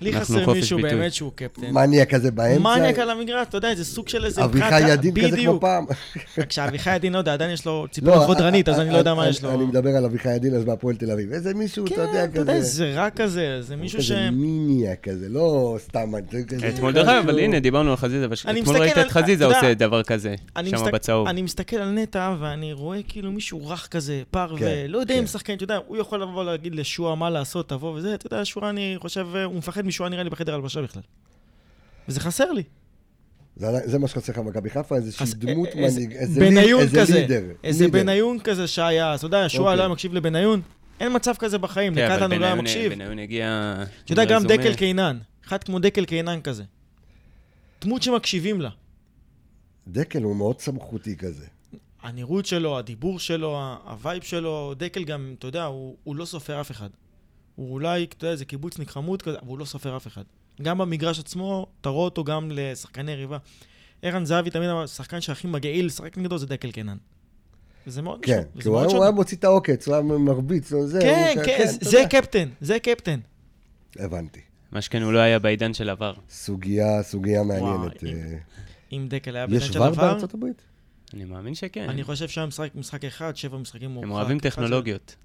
לי חסר מישהו באמת שהוא קפטן. מניה כזה באמצע. מניה על המגרש, אתה יודע, זה סוג של איזה... אביחי ידין כזה כמו פעם. כשאביחי ידין, לא יודע, עדיין יש לו ציפור חודרנית, אז אני לא יודע מה יש לו. אני מדבר על אביחי ידין, אז בהפועל תל אביב. איזה מישהו, אתה יודע, כזה... כן, אתה יודע, זה רע כזה, זה מישהו ש... כזה מיניה כזה, לא סתם... אתמול דרך אגב, אבל הנה, דיברנו על חזיזה, אתמול ראית את חזיזה עושה דבר כזה, שם בצהוב. אני מסתכל על נטע, ואני רואה כאילו מישהו רך כזה, פר, ולא יודע אם שחקן, אתה יודע, הוא יכול לבוא להגיד לשועה מה לעשות, תבוא וזה, אתה יודע, שועה, אני חושב, הוא מפחד משועה נראה לי בחדר הלבשה בכלל. וזה חסר לי. זה מה שחסר לך מכבי חיפה, איזושהי דמות מנהיג, איזה לידר. איזה בניון כזה שהיה, אתה יודע, שועה לא היה מקשיב לבניון, אין מצב כזה בחיים, לקטן הוא לא היה מקשיב. בניון הגיע... אתה יודע, גם דקל קיינן, אחד כמו דקל קיינן כזה. דמות שמקשיבים לה. דקל הוא מאוד סמכותי כזה. הנראות שלו, הדיבור שלו, הווייב שלו, דקל גם, אתה יודע, הוא לא סופר אף אחד. הוא אולי, אתה יודע, זה קיבוצניק חמוד כזה, אבל הוא לא סופר אף אחד. גם במגרש עצמו, תראו אותו גם לשחקני ריבה. ערן זהבי תמיד השחקן שהכי מגעיל, שחק נגדו זה דקל קינן. וזה מאוד כן, כי הוא היה מוציא את העוקץ, הוא היה מרביץ, כן, זה קפטן, זה קפטן. הבנתי. מה שכן, הוא לא היה בעידן של עבר. סוגיה מעניינת. אם דקל היה בעידן יש של עבר... יש ור בארצות הברית? אני מאמין שכן. אני חושב שהיה משחק אחד, 7 משחקים מורחק. הם אוהבים טכנולוגיות.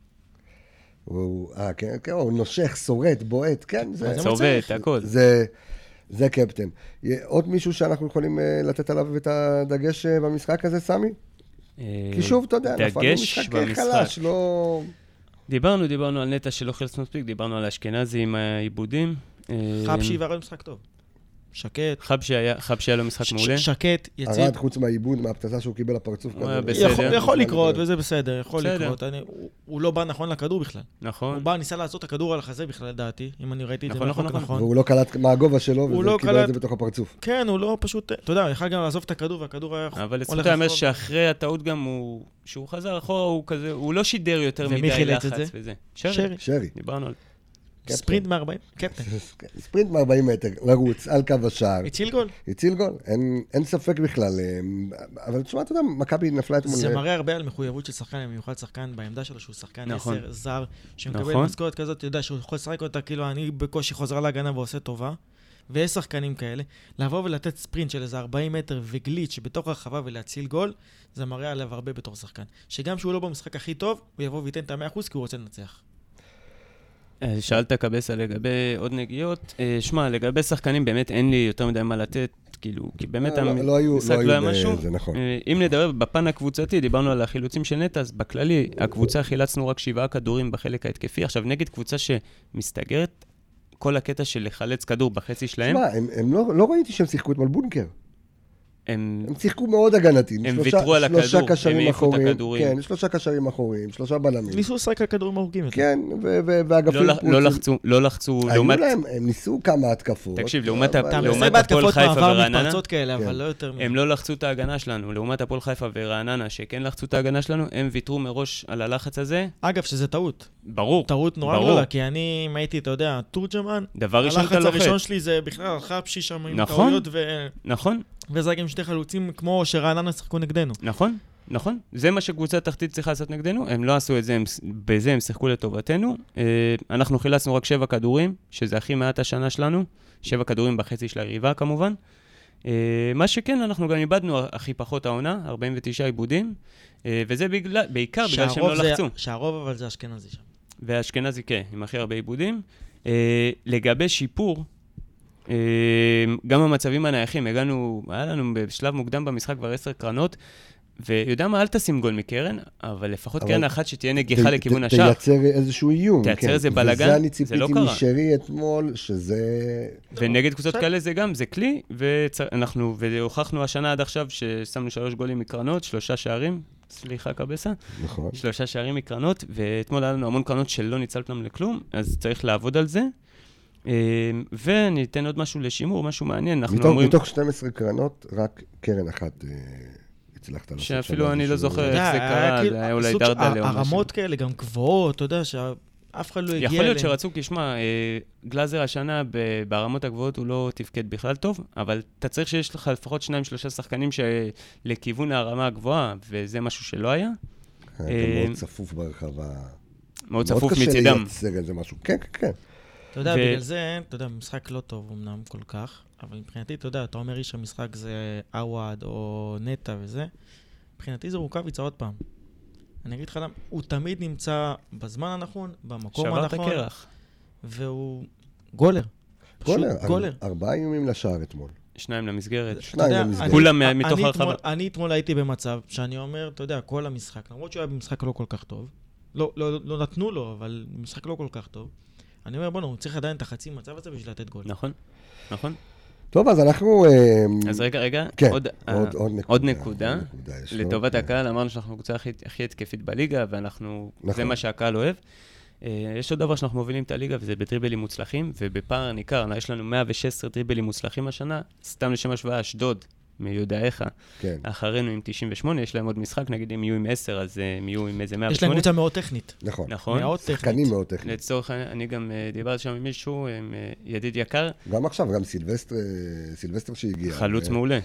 כן, הוא נושך, שורט, בועט, כן, זה... צובט, הכל. זה קפטן. עוד מישהו שאנחנו יכולים לתת עליו את הדגש במשחק הזה, סמי? כי שוב, אתה יודע, נפלנו משחק חלש, לא... דיברנו על נטע שלא חילץ מספיק, דיברנו על אשכנזי עם העיבודים. חבשי וערד משחק טוב. שקט. חבשי היה לו משחק מעולה. שקט, יציב. ערד חוץ מהעיבוד, מהפצצה שהוא קיבל לפרצוף. יכול לקרות, וזה בסדר, יכול לקרות. הוא לא בא נכון לכדור בכלל. נכון. הוא בא, ניסה לעשות את הכדור על החזה בכלל, לדעתי, אם אני ראיתי את זה נכון. והוא לא קלט מהגובה שלו, וזה קיבל את זה בתוך הפרצוף. כן, הוא לא פשוט, אתה יודע, יכול גם לעזוב את הכדור, והכדור היה... אבל לצורך האמר שאחרי הטעות גם שהוא חזר אחורה, הוא לא שידר יותר מדי לחץ וזה. שרי. דיברנו על ספרינט מ-40, קפטן. ספרינט מ-40 מטר, לרוץ על קו השער. הציל גול? אין ספק בכלל. אבל תשמע, אתה יודע, מכבי נפלה אתמול... זה מראה הרבה על מחויבות של שחקן, במיוחד שחקן בעמדה שלו, שהוא שחקן 10 זר, שמקבל משכורת כזאת, אתה יודע, שהוא יכול לשחק אותה, כאילו אני בקושי חוזר להגנה ועושה טובה, ויש שחקנים כאלה, לבוא ולתת ספרינט של איזה 40 מטר וגליץ' בתוך הרחבה ולהציל גול, זה מראה עליו הרבה בתור שחקן. שגם שהוא לא במשחק הכי טוב, הוא יבוא וייתן את ה-100% כי הוא רוצה לנצח. שאלת קבסה לגבי עוד נגיעות. שמע, לגבי שחקנים באמת אין לי יותר מדי מה לתת, כאילו, כי באמת המשחק לא היה משהו. אם נדבר בפן הקבוצתי, דיברנו על החילוצים של נטע, אז בכללי, הקבוצה חילצנו רק 7 כדורים בחלק ההתקפי. עכשיו, נגד קבוצה שמסתגרת, כל הקטע של לחלץ כדור בחצי שלהם. שמע, לא ראיתי שהם שיחקו אתמול בונקר. הם שיחקו מאוד הגנתיים. הם ויתרו על הכדור, הם העיפו את הכדורים. כן, 3 קשרים אחוריים, 3 בלמים. ניסו לשחק על כדורים ארוכים. כן, והאגפים... לא לחצו, לעומת... הם ניסו כמה התקפות. תקשיב, לעומת הפועל חיפה ורעננה, הם לא לחצו את ההגנה שלנו. לעומת הפועל חיפה ורעננה, שכן לחצו את ההגנה שלנו, הם ויתרו מראש על הלחץ הזה. אגב, שזה טעות. ברור. טעות נורא גדולה, כי אני הייתי, אתה יודע, תורג'מן. דבר ראשון אתה לוחץ. הלחץ הראשון שלי זה בכלל חבשי שם עם טעויות נכון. וזה גם 2 חלוצים כמו שרעננה שחקו נגדנו. נכון. זה מה שקבוצה תחתית צריכה לעשות נגדנו. הם לא עשו את זה, בזה הם שיחקו לטובתנו. אנחנו חילצנו רק 7 כדורים, שזה הכי מעט השנה שלנו. 7 כדורים בחצי של היריבה כמובן. מה שכן, אנחנו גם איבדנו הכי פחות העונה, 49 עיבודים. וזה בעיקר בגלל שהם לא לחצו. שהרוב אבל זה אשכנזי שם. ואשכנזי כן, עם הכי הרבה עיבודים. לגבי שיפור, גם המצבים הנייחים, היה לנו בשלב מוקדם במשחק כבר 10 קרנות, ויודע מה, אל תשים גול מקרן, אבל לפחות קרן אחת שתהיה נגיחה לכיוון השער. תייצר איזשהו איום. תייצר איזה בלגן, וזה אני ציפיתי משרי אתמול, שזה... ונגד קבוצות כאלה זה גם, זה כלי, והוכחנו השנה עד עכשיו ששמנו 3 גולים מקרנות, 3 שערים, סליחה קבסה. נכון. 3 שערים מקרנות, ואתמול היה לנו המון קרנות שלא ניצלתם לכלום, אז צריך לעבוד על זה. ואני אתן עוד משהו לשימור, משהו מעניין. מתוך 12 קרנות, רק קרן אחת הצלחת לעשות. שאפילו אני לא זוכר איך זה קרה, זה היה אולי דרדלה או משהו. הרמות כאלה גם גבוהות, אתה יודע, שאף אחד לא הגיע אליהם. יכול להיות שרצו, כי שמע, גלאזר השנה ברמות הגבוהות הוא לא תפקד בכלל טוב, אבל אתה צריך שיש לך לפחות 2-3 שחקנים לכיוון הרמה הגבוהה, וזה משהו שלא היה. אתה מאוד צפוף ברחבה. מאוד צפוף מצידם. מאוד קשה לייצר איזה משהו. כן. אתה יודע, בגלל זה, אתה יודע, משחק לא טוב אמנם כל כך, אבל מבחינתי, אתה יודע, אתה אומר איש המשחק זה עווד או נטה וזה, מבחינתי זה רוקאביצה עוד פעם. אני אגיד לך למה, הוא תמיד נמצא בזמן הנכון, במקום הנכון. שבר את הקרח. והוא גולר. גולר. 4 איומים לשער אתמול. 2 למסגרת. 2 למסגרת. כולם מתוך הרחבה. אני אתמול הייתי במצב שאני אומר, אתה יודע, כל המשחק, למרות שהוא היה במשחק לא כל כך טוב, לא נתנו לו, אבל משחק לא כל כך טוב, אני אומר, בוא, הוא צריך עדיין את החצי מצב הזה בשביל לתת גול. נכון. טוב, אז אנחנו... אז רגע, כן, עוד נקודה. לטובת הקהל, אמרנו שאנחנו קבוצה הכי התקפית בליגה, זה מה שהקהל אוהב. יש עוד דבר שאנחנו מובילים את הליגה, וזה בדריבלים מוצלחים, ובפער ניכר, יש לנו 116 דריבלים מוצלחים השנה, סתם לשם השוואה, אשדוד, מיודעיך, אחרינו עם 98, יש להם עוד משחק, נגיד אם יהיו עם 10, אז הם יהיו עם איזה 108. יש להם קבוצה מאוד טכנית. נכון, שחקנים מאוד טכנית. לצורך, אני גם דיברתי שם עם מישהו, ידיד יקר. גם עכשיו, גם סילבסטר שהגיע. חלוץ מעולה.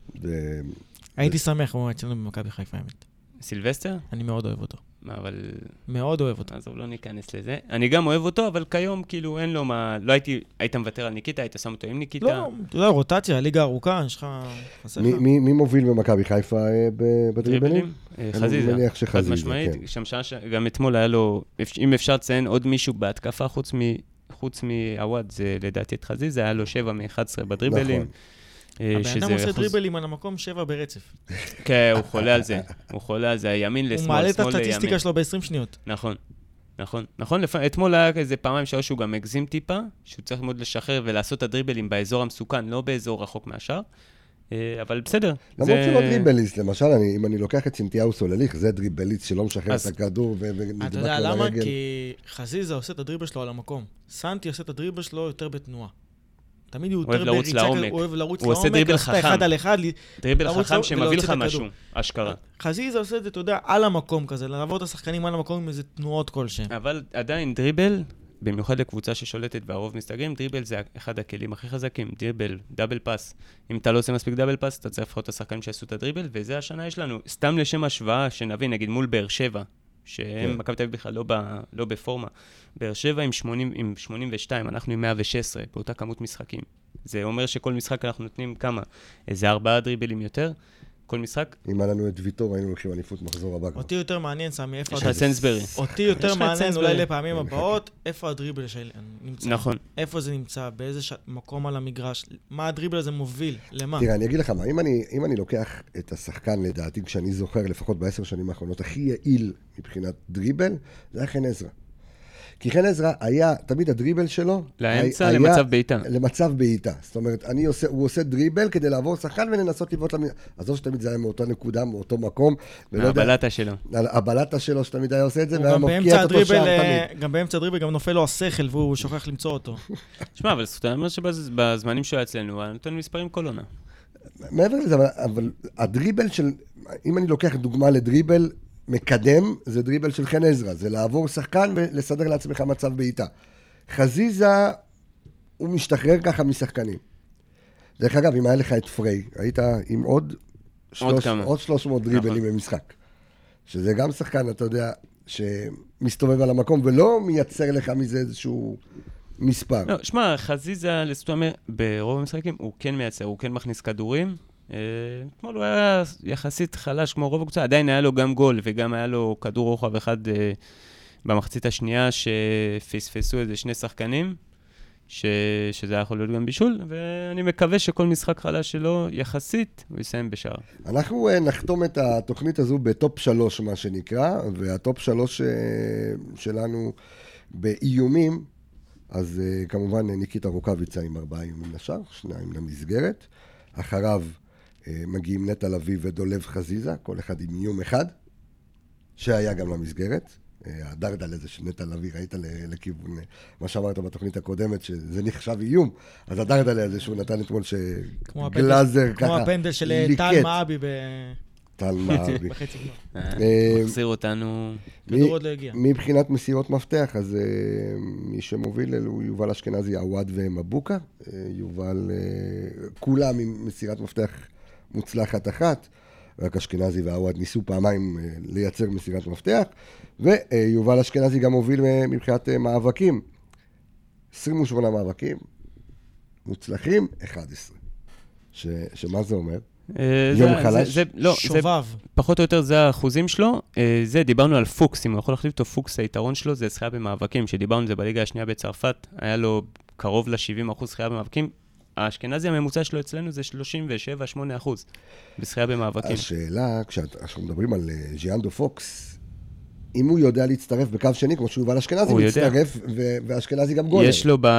הייתי שמח, הוא אצלנו במכבי חיפה, האמת. סילבסטר? אני מאוד אוהב אותו. אבל... מאוד אוהב אותו. אז לא ניכנס לזה. אני גם אוהב אותו, אבל כיום כאילו אין לו מה... לא היית מוותר על ניקיטה, היית שם אותו עם ניקיטה. לא, אתה יודע, רוטציה, ליגה ארוכה, יש לך... מי מוביל במכבי חיפה בדריבלים? חזיזה. אני מניח שחזיזה, משמעית, גם אתמול היה לו... אם אפשר לציין עוד מישהו בהתקפה חוץ מעווד, זה לדעתי את חזיזה, היה לו 7 מ-11 בדריבלים. הבן אדם עושה דריבלים על המקום 7 ברצף. כן, הוא חולה על זה, הימין לשמאל, הוא מעלה את הסטטיסטיקה שלו ב-20 שניות. נכון. אתמול היה איזה פעמיים שלוש שהוא גם הגזים טיפה, שהוא צריך מאוד לשחרר ולעשות את הדריבלים באזור המסוכן, לא באזור רחוק מהשאר, אבל בסדר. למרות שלא דריבליסט, למשל, אם אני לוקח את סינתיהו סולליך, זה דריבליסט שלא משחרר את הכדור ונדבק אתה יודע למה? כי חזיזה עושה את הדריבל שלו על המקום. סנטי עושה את הדריבל שלו יותר בתנועה. תמיד הוא יותר בריצה, הוא אוהב לרוץ לעומק, הוא עושה דריבל חכם. אחד על אחד, דריבל חכם שמביא לך משהו, אשכרה. חזיזה עושה את זה, אתה יודע, על המקום כזה, לעבור את השחקנים על המקום עם איזה תנועות כלשהם. אבל עדיין דריבל, במיוחד לקבוצה ששולטת והרוב מסתגרים, דריבל זה אחד הכלים הכי חזקים, דריבל, דאבל פאס. אם אתה לא עושה מספיק דאבל פאס, אתה צריך לפחות את השחקנים שעשו את הדריבל, וזה השנה יש לנו. סתם לשם השוואה, שנבין, נגיד מול באר שבע, שהם מכבי תל אביב בכלל לא בפורמה. באר שבע עם 82, אנחנו עם 116, באותה כמות משחקים. זה אומר שכל משחק אנחנו נותנים כמה? איזה 4 דריבלים יותר? כל משחק? אם היה לנו את ויטור, היינו הולכים אליפות מחזור הבא. אותי יותר מעניין, סמי, איפה... יש לך סנסברי. אותי יותר מעניין, אולי לפעמים הבאות, איפה הדריבל נמצא? נכון. איפה זה נמצא? באיזה מקום על המגרש? מה הדריבל הזה מוביל? למה? תראה, אני אגיד לך מה, אם אני לוקח את השחקן, לדעתי, כשאני זוכר, לפחות ב10 שנים האחרונות, הכי יעיל מבחינת דריבל, זה היה חן עזרא. כי חן עזרא היה, תמיד הדריבל שלו... לאמצע, למצב בעיטה. למצב בעיטה. זאת אומרת, הוא עושה דריבל כדי לעבור שחקן ולנסות לבעוט למין... אז זו שתמיד זה היה מאותה נקודה, מאותו מקום. הבלטה שלו. הבלטה שלו שתמיד היה עושה את זה, והיה מפקיע את אותו שער תמיד. גם באמצע הדריבל גם נופל לו השכל, והוא שוכח למצוא אותו. תשמע, אבל זאת אומרת שבזמנים שהוא היה אצלנו, הוא נותן מספרים כל עונה. מעבר לזה, אבל הדריבל של... אם אני לוקח דוגמה לדריבל, מקדם, זה דריבל של חן עזרא, זה לעבור שחקן ולסדר לעצמך מצב בעיטה. חזיזה, הוא משתחרר ככה משחקנים. דרך אגב, אם היה לך את פריי, היית עם עוד 300 דריבלים במשחק. שזה גם שחקן, אתה יודע, שמסתובב על המקום, ולא מייצר לך מזה איזשהו מספר. לא, שמע, חזיזה, זאת אומרת, ברוב המשחקים, הוא כן מייצר, הוא כן מכניס כדורים, אתמול הוא היה יחסית חלש כמו רוב הקבוצה, עדיין היה לו גם גול וגם היה לו כדור רוחב אחד במחצית השנייה שפספסו איזה 2 שחקנים, שזה היה יכול להיות גם בישול, ואני מקווה שכל משחק חלש שלו יחסית הוא יסיים בשער. אנחנו נחתום את התוכנית הזו בטופ 3 מה שנקרא, והטופ 3 שלנו באיומים, אז כמובן ניקיטה רוקאביצה עם 4 איומים לשער, 2 למסגרת, אחריו מגיעים נטע לביא ודולב חזיזה, כל אחד עם איום אחד, שהיה גם למסגרת. הדרדל הזה של נטע לביא, ראית לכיוון, מה שאמרת בתוכנית הקודמת, שזה נחשב איום, אז הדרדל הזה שהוא נתן אתמול שגלאזר ככה... כמו הפנדל של טל מאבי טל מאבי. מחזיר אותנו... כדור עוד לא הגיע. מבחינת מסירות מפתח, אז מי שמוביל הוא יובל אשכנזי, עווד ומבוקה. יובל, כולם עם מסירת מפתח מוצלחת אחת, רק אשכנזי ועווד ניסו פעמיים לייצר מסירת מפתח, ויובל אשכנזי גם מוביל מבחינת מאבקים. 28 מאבקים, מוצלחים, 11. שמה זה אומר? יום חלש? לא, שובב. פחות או יותר זה האחוזים שלו. דיברנו על פוקס, אם הוא יכול להחליף אותו, פוקס, היתרון שלו זה זכייה במאבקים, שדיברנו על זה בליגה השנייה בצרפת, היה לו קרוב ל-70% זכייה במאבקים. האשכנזי הממוצע שלו אצלנו זה 37-8% בזכייה במאבקים. השאלה, כשאנחנו מדברים על ז'יאנדו פוקס, אם הוא יודע להצטרף בקו שני, כמו שהוא יובל אשכנזי, הוא מצטרף, ואשכנזי גם גולר. יש לו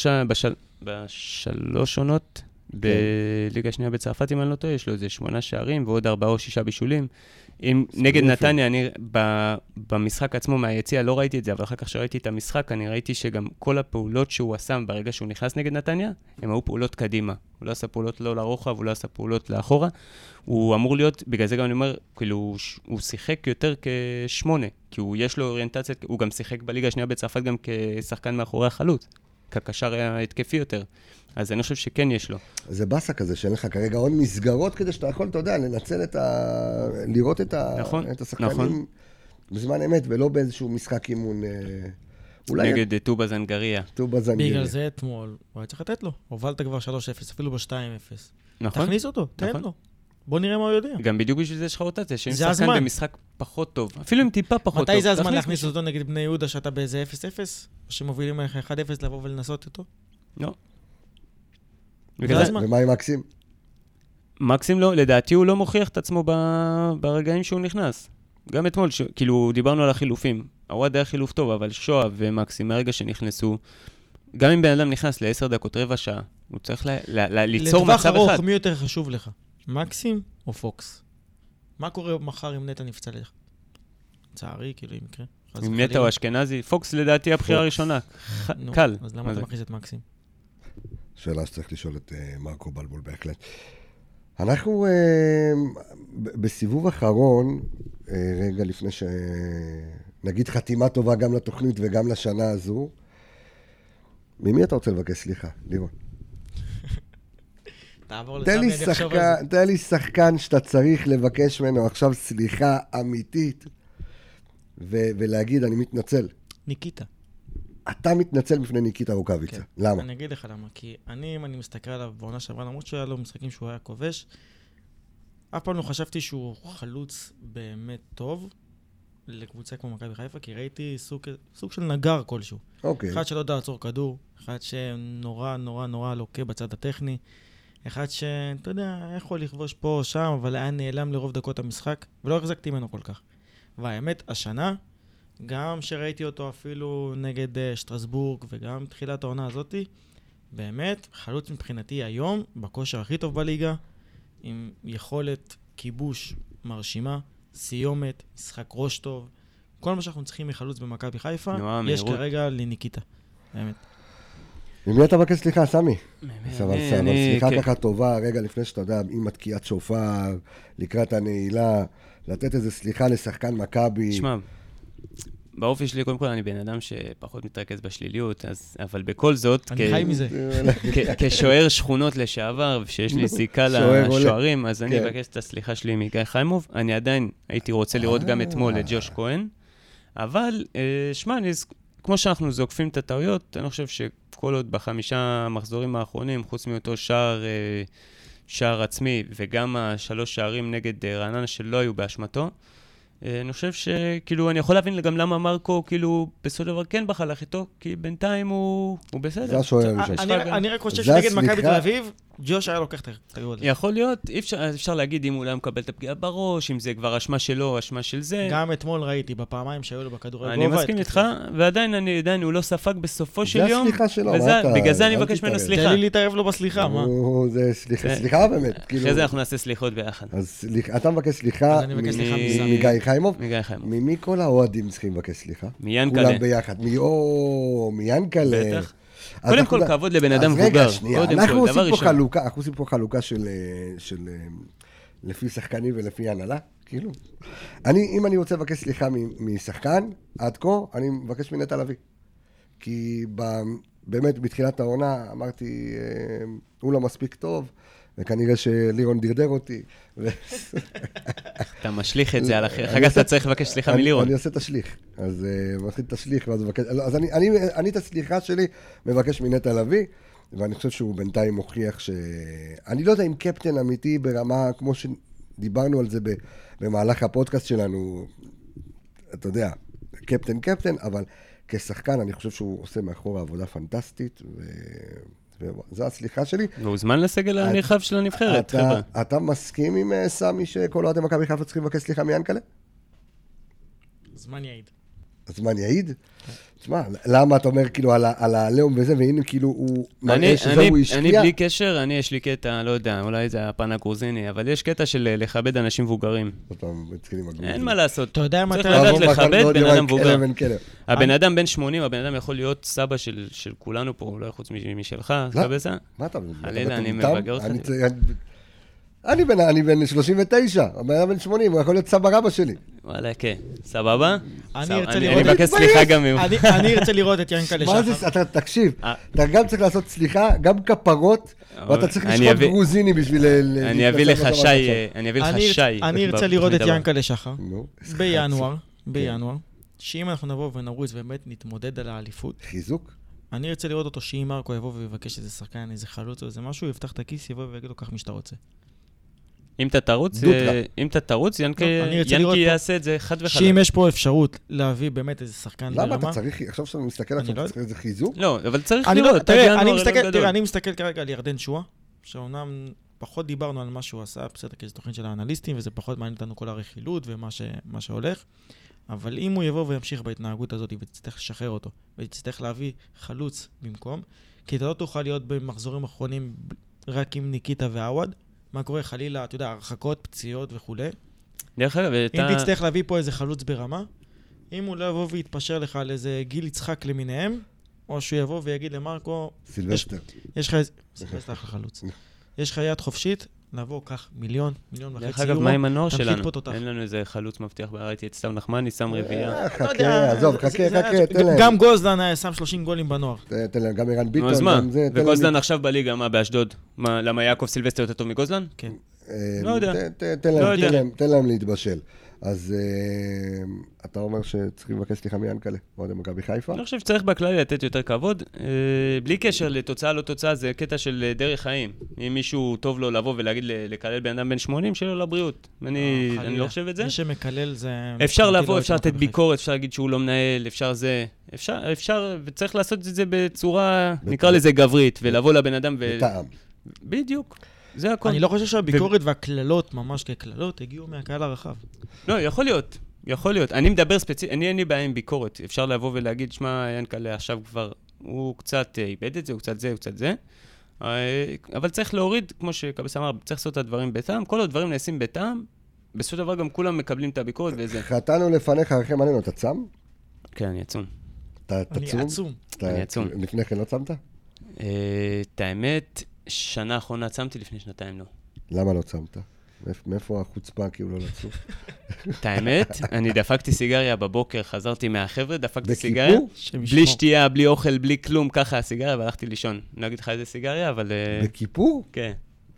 בשלוש עונות, בליגה השנייה בצרפת, אם אני לא טועה, יש לו איזה 8 שערים, ועוד 4 או 6 בישולים. נגד נתניה, אני במשחק עצמו מהיציאה לא ראיתי את זה, אבל אחר כך שראיתי את המשחק, אני ראיתי שגם כל הפעולות שהוא עשה ברגע שהוא נכנס נגד נתניה, הם היו פעולות קדימה. הוא לא עשה פעולות לא לרוחב, הוא לא עשה פעולות לאחורה. הוא אמור להיות, בגלל זה גם אני אומר, כאילו, הוא שיחק יותר כ8, כי יש לו אוריינטציה, הוא גם שיחק בליגה השנייה בצרפת גם כשחקן מאחורי החלוץ, כקשר התקפי יותר. אז אני חושב שכן יש לו. זה בסה כזה, שאין לך כרגע עוד מסגרות כדי שאתה יכול, אתה יודע, לנצל לראות את השחקנים בזמן אמת, ולא באיזשהו משחק אימון. נגד טובה זנגריה. בגלל זה אתמול, הוא היה צריך לתת לו. הובלת כבר 3-0, אפילו ב-2-0. נכון. תכניס אותו, תן לו. בוא נראה מה הוא יודע. גם בדיוק בשביל זה יש לך רוטציה, שאם שחקן במשחק פחות טוב, אפילו אם טיפה פחות טוב. מתי זה הזמן להכניס אותו נגד בני יהודה, שאתה באיזה 0-0, או שמובילים לך 1-0 לבוא ולנסות אותו? לא. ומה עם מקסים? מקסים לא, לדעתי הוא לא מוכיח את עצמו ברגעים שהוא נכנס. גם אתמול, כאילו דיברנו על החילופים. הוואד היה חילוף טוב, אבל שואה ומקסים, מהרגע שנכנסו, גם אם בן אדם נכנס ל10 דקות, רבע שעה, הוא צריך ליצור מצב אחד. לטווח ארוך, מי יותר חשוב לך? מקסים או פוקס? מה קורה מחר אם נטע נפצע לך? צערי, כאילו, אם יקרה. אם נטע או אשכנזי, פוקס לדעתי הבחירה הראשונה. קל. אז למה אתה מכניס את מקסים? שאלה שצריך לשאול את מרקו בלבול בהחלט. אנחנו בסיבוב אחרון, רגע לפני שנגיד חתימה טובה גם לתוכנית וגם לשנה הזו, ממי אתה רוצה לבקש סליחה, לירון? תן לי שחקן שאתה צריך לבקש ממנו עכשיו סליחה אמיתית, ולהגיד אני מתנצל. ניקיטה. אתה מתנצל בפני ניקיטה רוקאביצה. כן. למה? אני אגיד לך למה. כי אם אני מסתכל עליו בעונה שעברה, למרות שהיה לו משחקים שהוא היה כובש, אף פעם לא חשבתי שהוא חלוץ באמת טוב לקבוצה כמו מכבי חיפה, כי ראיתי סוג של נגר כלשהו. אוקיי. אחד שלא יודע לעצור כדור, אחד שנורא נורא נורא לוקה בצד הטכני, אחד שאתה יודע, יכול לכבוש פה או שם, אבל היה נעלם לרוב דקות המשחק, ולא החזקתי ממנו כל כך. והאמת, השנה, גם שראיתי אותו אפילו נגד שטרסבורג, וגם תחילת העונה הזאת, באמת, חלוץ מבחינתי היום, בכושר הכי טוב בליגה, עם יכולת כיבוש מרשימה, סיומת, משחק ראש טוב, כל מה שאנחנו צריכים מחלוץ במכבי חיפה, יש כרגע לניקיטה, באמת. ממי אתה מבקש סליחה, סמי? אבל סליחה ככה טובה, רגע לפני שאתה יודע, עם התקיעת שופר, לקראת הנעילה, לתת איזה סליחה לשחקן מכבי. שמע, באופי שלי, קודם כל, אני בן אדם שפחות מתרכז בשליליות, אבל בכל זאת, אני חי מזה. כשוער שכונות לשעבר, שיש לי זיקה לשוערים, אז אני אבקש את הסליחה שלי מגיא חיימוב. אני עדיין הייתי רוצה לראות גם אתמול את ג'וש כהן, אבל, שמע, כמו שאנחנו זוקפים את הטעויות, אני חושב שכל עוד ב5 מחזורים האחרונים, חוץ מאותו שער עצמי, וגם 3 שערים נגד רעננה שלא היו באשמתו, אני חושב שכאילו, אני יכול להבין גם למה מרקו, כאילו, בסופו של דבר כן בחלך איתו, כי בינתיים הוא בסדר. זה השוער הראשון. אני רק חושב שנגד מכבי תל אביב, ג'וש היה לוקח את הגול הזה. יכול להיות, אפשר להגיד אם הוא לא מקבל את הפגיעה בראש, אם זה כבר אשמה שלו, אשמה של זה. גם אתמול ראיתי, בפעמיים שהיו לו בכדורגל. אני מסכים איתך, ועדיין הוא לא ספג בסופו של יום. זה הסליחה שלו, בגלל זה אני מבקש ממנו סליחה. תן לי להתערב לו בסליחה, מה? זה סליחה באמת. אחרי זה אנחנו נעשה סליחות ביחד. אז אתה מבקש סליחה מגיא חיימוב? ממי כל האוהדים צריכים לבקש סליחה? מיאנקלה. כולם ביחד. מיאנקלה. בטח. קודם כל, כבוד לבן אדם מבוגר. רגע, שנייה, אנחנו עושים פה חלוקה של לפי שחקנים ולפי הנהלה, כאילו. אם אני רוצה לבקש סליחה משחקן, עד כה, אני מבקש מנטע לביא. כי באמת, בתחילת העונה, אמרתי, הוא לא מספיק טוב, וכנראה שלירון דרדר אותי. אתה משליך את זה על אחר, אחר כך אתה צריך לבקש סליחה מלירון. אני עושה את השליך, אז מתחיל את השליך, אז אני את הסליחה שלי מבקש מנטע לביא, ואני חושב שהוא בינתיים מוכיח אני לא יודע אם קפטן אמיתי ברמה, כמו שדיברנו על זה במהלך הפודקאסט שלנו, אתה יודע, קפטן, אבל כשחקן אני חושב שהוא עושה מאחור עבודה פנטסטית, וזו הסליחה שלי. והוא זמן לסגל הנרחב של הנבחרת, חבר'ה. אתה מסכים עם סמי שכל אוהדי מכבי חיפה צריכים לבקש סליחה מיאנקל'ה? זמן יעיד. הזמן יעיד? תשמע, למה אתה אומר כאילו על הלאום וזה, והנה כאילו הוא מראה שזה הוא השקיע? אני בלי קשר, יש לי קטע, לא יודע, אולי זה הפן הגרוזיני, אבל יש קטע של לכבד אנשים מבוגרים. אין מה לעשות. אתה יודע מה צריך לדעת לכבד בן אדם מבוגר. הבן אה? אדם בן 80, הבן אדם יכול להיות סבא של כולנו פה, אולי חוץ משלך, סבבה? מה אתה? חלילה, אני מבגר אותך. אני בן 39, הבן אדם בן 80, הוא יכול להיות סבא רבא שלי. וואלה, כן. סבבה? אני מבקש סליחה גם ממנו. אני ארצה לראות את ינקל'ה שחר. מה זה? תקשיב, אתה גם צריך לעשות סליחה, גם כפרות, ואתה צריך לשחוט גרוזיני בשביל... אני אביא לך שי. אני ארצה לראות את ינקל'ה שחר. בינואר, שאם אנחנו נבוא ונרוץ ובאמת נתמודד על האליפות. חיזוק? אני ארצה לראות אותו שאם מרקו יבוא ויבקש איזה שחקן, איזה חלוץ או איזה משהו, יפתח את הכיס, יבוא ויגיד לו, קח מי שאתה רוצה. אם אתה תרוץ, ינקי יעשה את זה חד וחלק. שאם יש פה אפשרות להביא באמת איזה שחקן ברמה... למה אתה צריך, עכשיו שאתה מסתכל, אתה צריך איזה חיזוק? לא, אבל צריך לראות. תראה, אני מסתכל כרגע על ירדן שואה, שאומנם פחות דיברנו על מה שהוא עשה, בסדר, כי זה תוכנית של האנליסטים, וזה פחות מעניין אותנו כל הרכילות ומה שהולך. אבל אם הוא יבוא וימשיך בהתנהגות הזאת ותצטרך לשחרר אותו, ותצטרך להביא חלוץ במקום, כי אתה לא תוכל להיות במחזורים האחרונים רק עם ניקיטה ועווד, מה קורה? חלילה, אתה יודע, הרחקות, פציעות וכו'. דרך אגב, אם תצטרך להביא פה איזה חלוץ ברמה, אם הוא לא יבוא ויתפשר לך על איזה גיל יצחק למיניהם, או שהוא יבוא ויגיד למרקו... סילבסטר. סילבסטר חלוץ. יש לך יד חופשית, לבוא, כך מיליון וחצי יורו. דרך אגב, מה עם הנוער שלנו? אין לנו איזה חלוץ מבטיח, ראיתי את סתם נחמני, שם רביעייה. חכה, עזוב, חכה, תן להם. גם גוזלן היה שם 30 גולים בנוער. תן להם, גם אירן ביטון. אז מה? וגוזלן עכשיו בליגה, מה, באשדוד? למה יעקב סילבסטר יותר טוב מגוזלן? כן. לא יודע. תן להם להתבשל. אז אתה אומר שצריכים לבקש סליחה מיאנקל'ה, אוהדי מכבי חיפה? אני חושב שצריך בכלל לתת יותר כבוד. בלי קשר לתוצאה לא תוצאה, זה קטע של דרך חיים. אם מישהו טוב לו לבוא ולהגיד לקלל בן אדם בן 80, שלו לבריאות. אני לא חושב את זה. מי שמקלל זה... אפשר לבוא, אפשר לתת ביקורת, אפשר להגיד שהוא לא מנהל, אפשר זה. אפשר, וצריך לעשות את זה בצורה, נקרא לזה גברית, ולבוא לבן אדם ו... בטעם. בדיוק. זה הכל. אני לא חושב שהביקורת והכללות, ממש ככללות, הגיעו מהקהל הרחב. לא, יכול להיות. אני מדבר ספציפית, אין לי בעיה עם ביקורת. אפשר לבוא ולהגיד, שמע, ינקל'ה עכשיו כבר, הוא קצת איבד את זה, הוא קצת זה. אבל צריך להוריד, כמו שקבס אמר, צריך לעשות את הדברים בטעם. כל הדברים נעשים בטעם, בסופו של דבר גם כולם מקבלים את הביקורת וזה. חתנו לפניך, אחרי מעניין, אתה צם? כן, אני עצום. אני עצום. לפני כן לא צמת? את האמת, שנה האחרונה צמתי, לפני שנתיים לא. למה לא צמת? מאיפה החוצפה כאילו לא לצוף? את האמת, אני דפקתי סיגריה בבוקר, חזרתי מהחבר'ה, דפקתי סיגריה, בלי שתייה, בלי אוכל, בלי כלום, ככה הסיגריה, והלכתי לישון. אני לא אגיד לך איזה סיגריה, אבל... בכיפור? כן.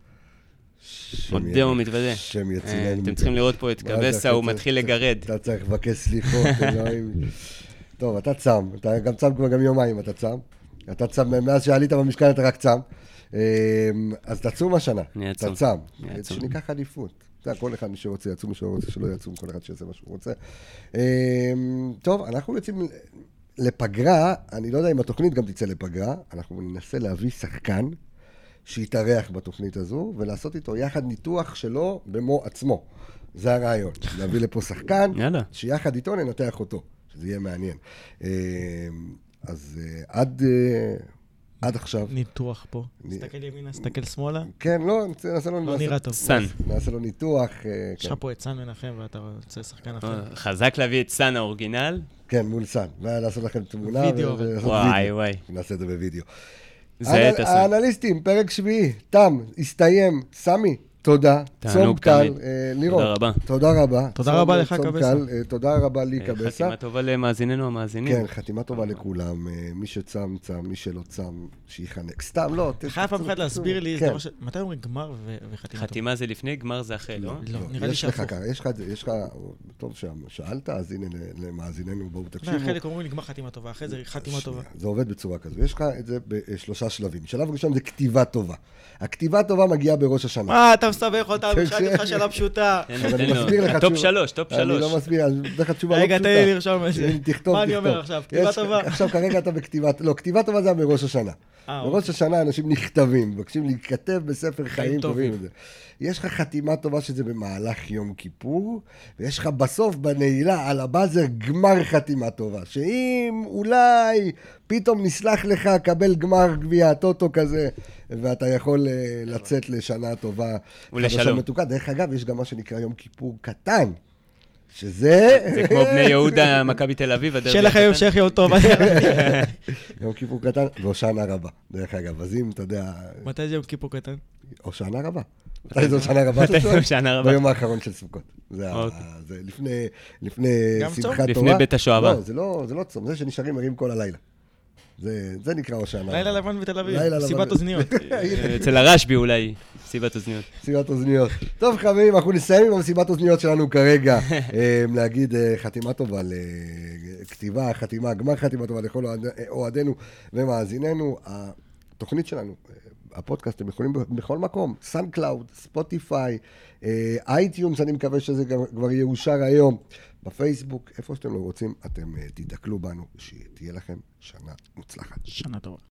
מודה ומתוודה. שם יצילנו. אתם צריכים לראות פה את קבסה, הוא מתחיל לגרד. אתה צריך לבקש סליחות, אלוהים. טוב, אתה צם, אתה גם צם כבר גם יומיים, אתה צם, מאז שעלית במשקל אתה רק צם. אז תצום השנה, אתה צם, שניקח עדיפות. כל אחד מי שרוצה יצום, מי שרוצה שלא יצום, כל אחד שיעשה מה שהוא רוצה. טוב, אנחנו יוצאים לפגרה, אני לא יודע אם התוכנית גם תצא לפגרה, אנחנו ננסה להביא שחקן שיתארח בתוכנית הזו, ולעשות איתו יחד ניתוח שלו במו עצמו. זה הרעיון, להביא לפה שחקן, שיחד איתו ננתח אותו, שזה יהיה מעניין. אז עד עכשיו. ניתוח פה. תסתכל ימינה, תסתכל שמאלה. כן, לא, נעשה לו... לא נראה טוב. סן. נעשה לו ניתוח. יש לך פה את סן מנחם ואתה רוצה שחקן אחר. חזק להביא את סן האורגינל. כן, מול סן. לעשות לכם תמונה. וידאו. וואי. נעשה את זה בווידאו. זה את הסן. האנליסטים, פרק 7, תם, הסתיים. סמי, תודה. צום קל, לירון. תודה רבה. תודה רבה. תודה רבה לך, קבסה. תודה רבה לי, קבסה. חתימה טובה למאזיננו המאזינים. כן, חתימה טובה לכולם. מי שצם, צם, מי שלא צם, שיחנק. סתם, לא. חייב פעם אחת להסביר לי, מתי אומרים גמר וחתימה טובה? חתימה זה לפני, גמר זה אחרי, לא? לא, נראה לי שהפוך. יש לך, טוב שאלת, אז הנה למאזיננו, בואו תקשיבו. חלק אומרים לי גמר חתימה טובה, אחרי זה חתימה טובה. זה עובד בצורה כזו. יש לך את זה בשלושה שלבים. שלב ראשון זה כתיבה טובה. הכתיבה הטובה מגיעה בראש השנה. אתה מסבך אותה, שאלתי לך שאלה פשוטה. אני מסביר לך טופ 3. אני לא מסביר, אני אתן לך תשובה לא פשוטה. רגע, תן לי לרשום את זה. תכתוב. מה אני אומר עכשיו? כתיבה טובה? עכשיו כרגע אתה בכתיבה, לא, כתיבה טובה זה מראש השנה. בראש השנה אנשים נכתבים, מבקשים להיכתב בספר חיים טובים. יש לך חתימה טובה שזה במהלך יום כיפור, ויש לך בסוף בנעילה על הבאזר גמר חתימה טובה, שאם אולי פתאום נסלח לך, קבל גמר גביע הטוטו כזה, ואתה יכול לצאת לשנה טובה. ולשלום. דרך אגב, יש גם מה שנקרא יום כיפור קטן, שזה... זה כמו בני יהודה, מכבי תל אביב. שיהיה לך יום שייך יום טוב. יום כיפור קטן והושענא רבה. דרך אגב, אז אם אתה יודע... מתי זה יום כיפור קטן? הושענא רבה. מתי זה הושענא רבה? מתי זה הושענא רבה? ביום האחרון של סוכות. זה לפני שמחת תורה. לפני בית השואבה. לא, זה לא צום, זה שנשארים ערים כל הלילה. זה נקרא הושענא רבה. לילה לבן בתל אביב, סיבת אוזניות. אצל הרשב"י אולי, סיבת אוזניות. סיבת אוזניות. טוב חברים, אנחנו נסיים עם סיבת אוזניות שלנו כרגע. להגיד חתימה טובה לכתיבה, חתימה, גמר חתימה טובה לכל אוהדינו ומאזיננו. התוכנית שלנו, הפודקאסט, הם יכולים בכל מקום, סאונדקלאוד, ספוטיפיי, אייטיונס, אני מקווה שזה כבר יאושר היום, בפייסבוק, איפה שאתם לא רוצים, אתם תדקלו בנו, שתהיה לכם שנה מוצלחת. שנה טובה.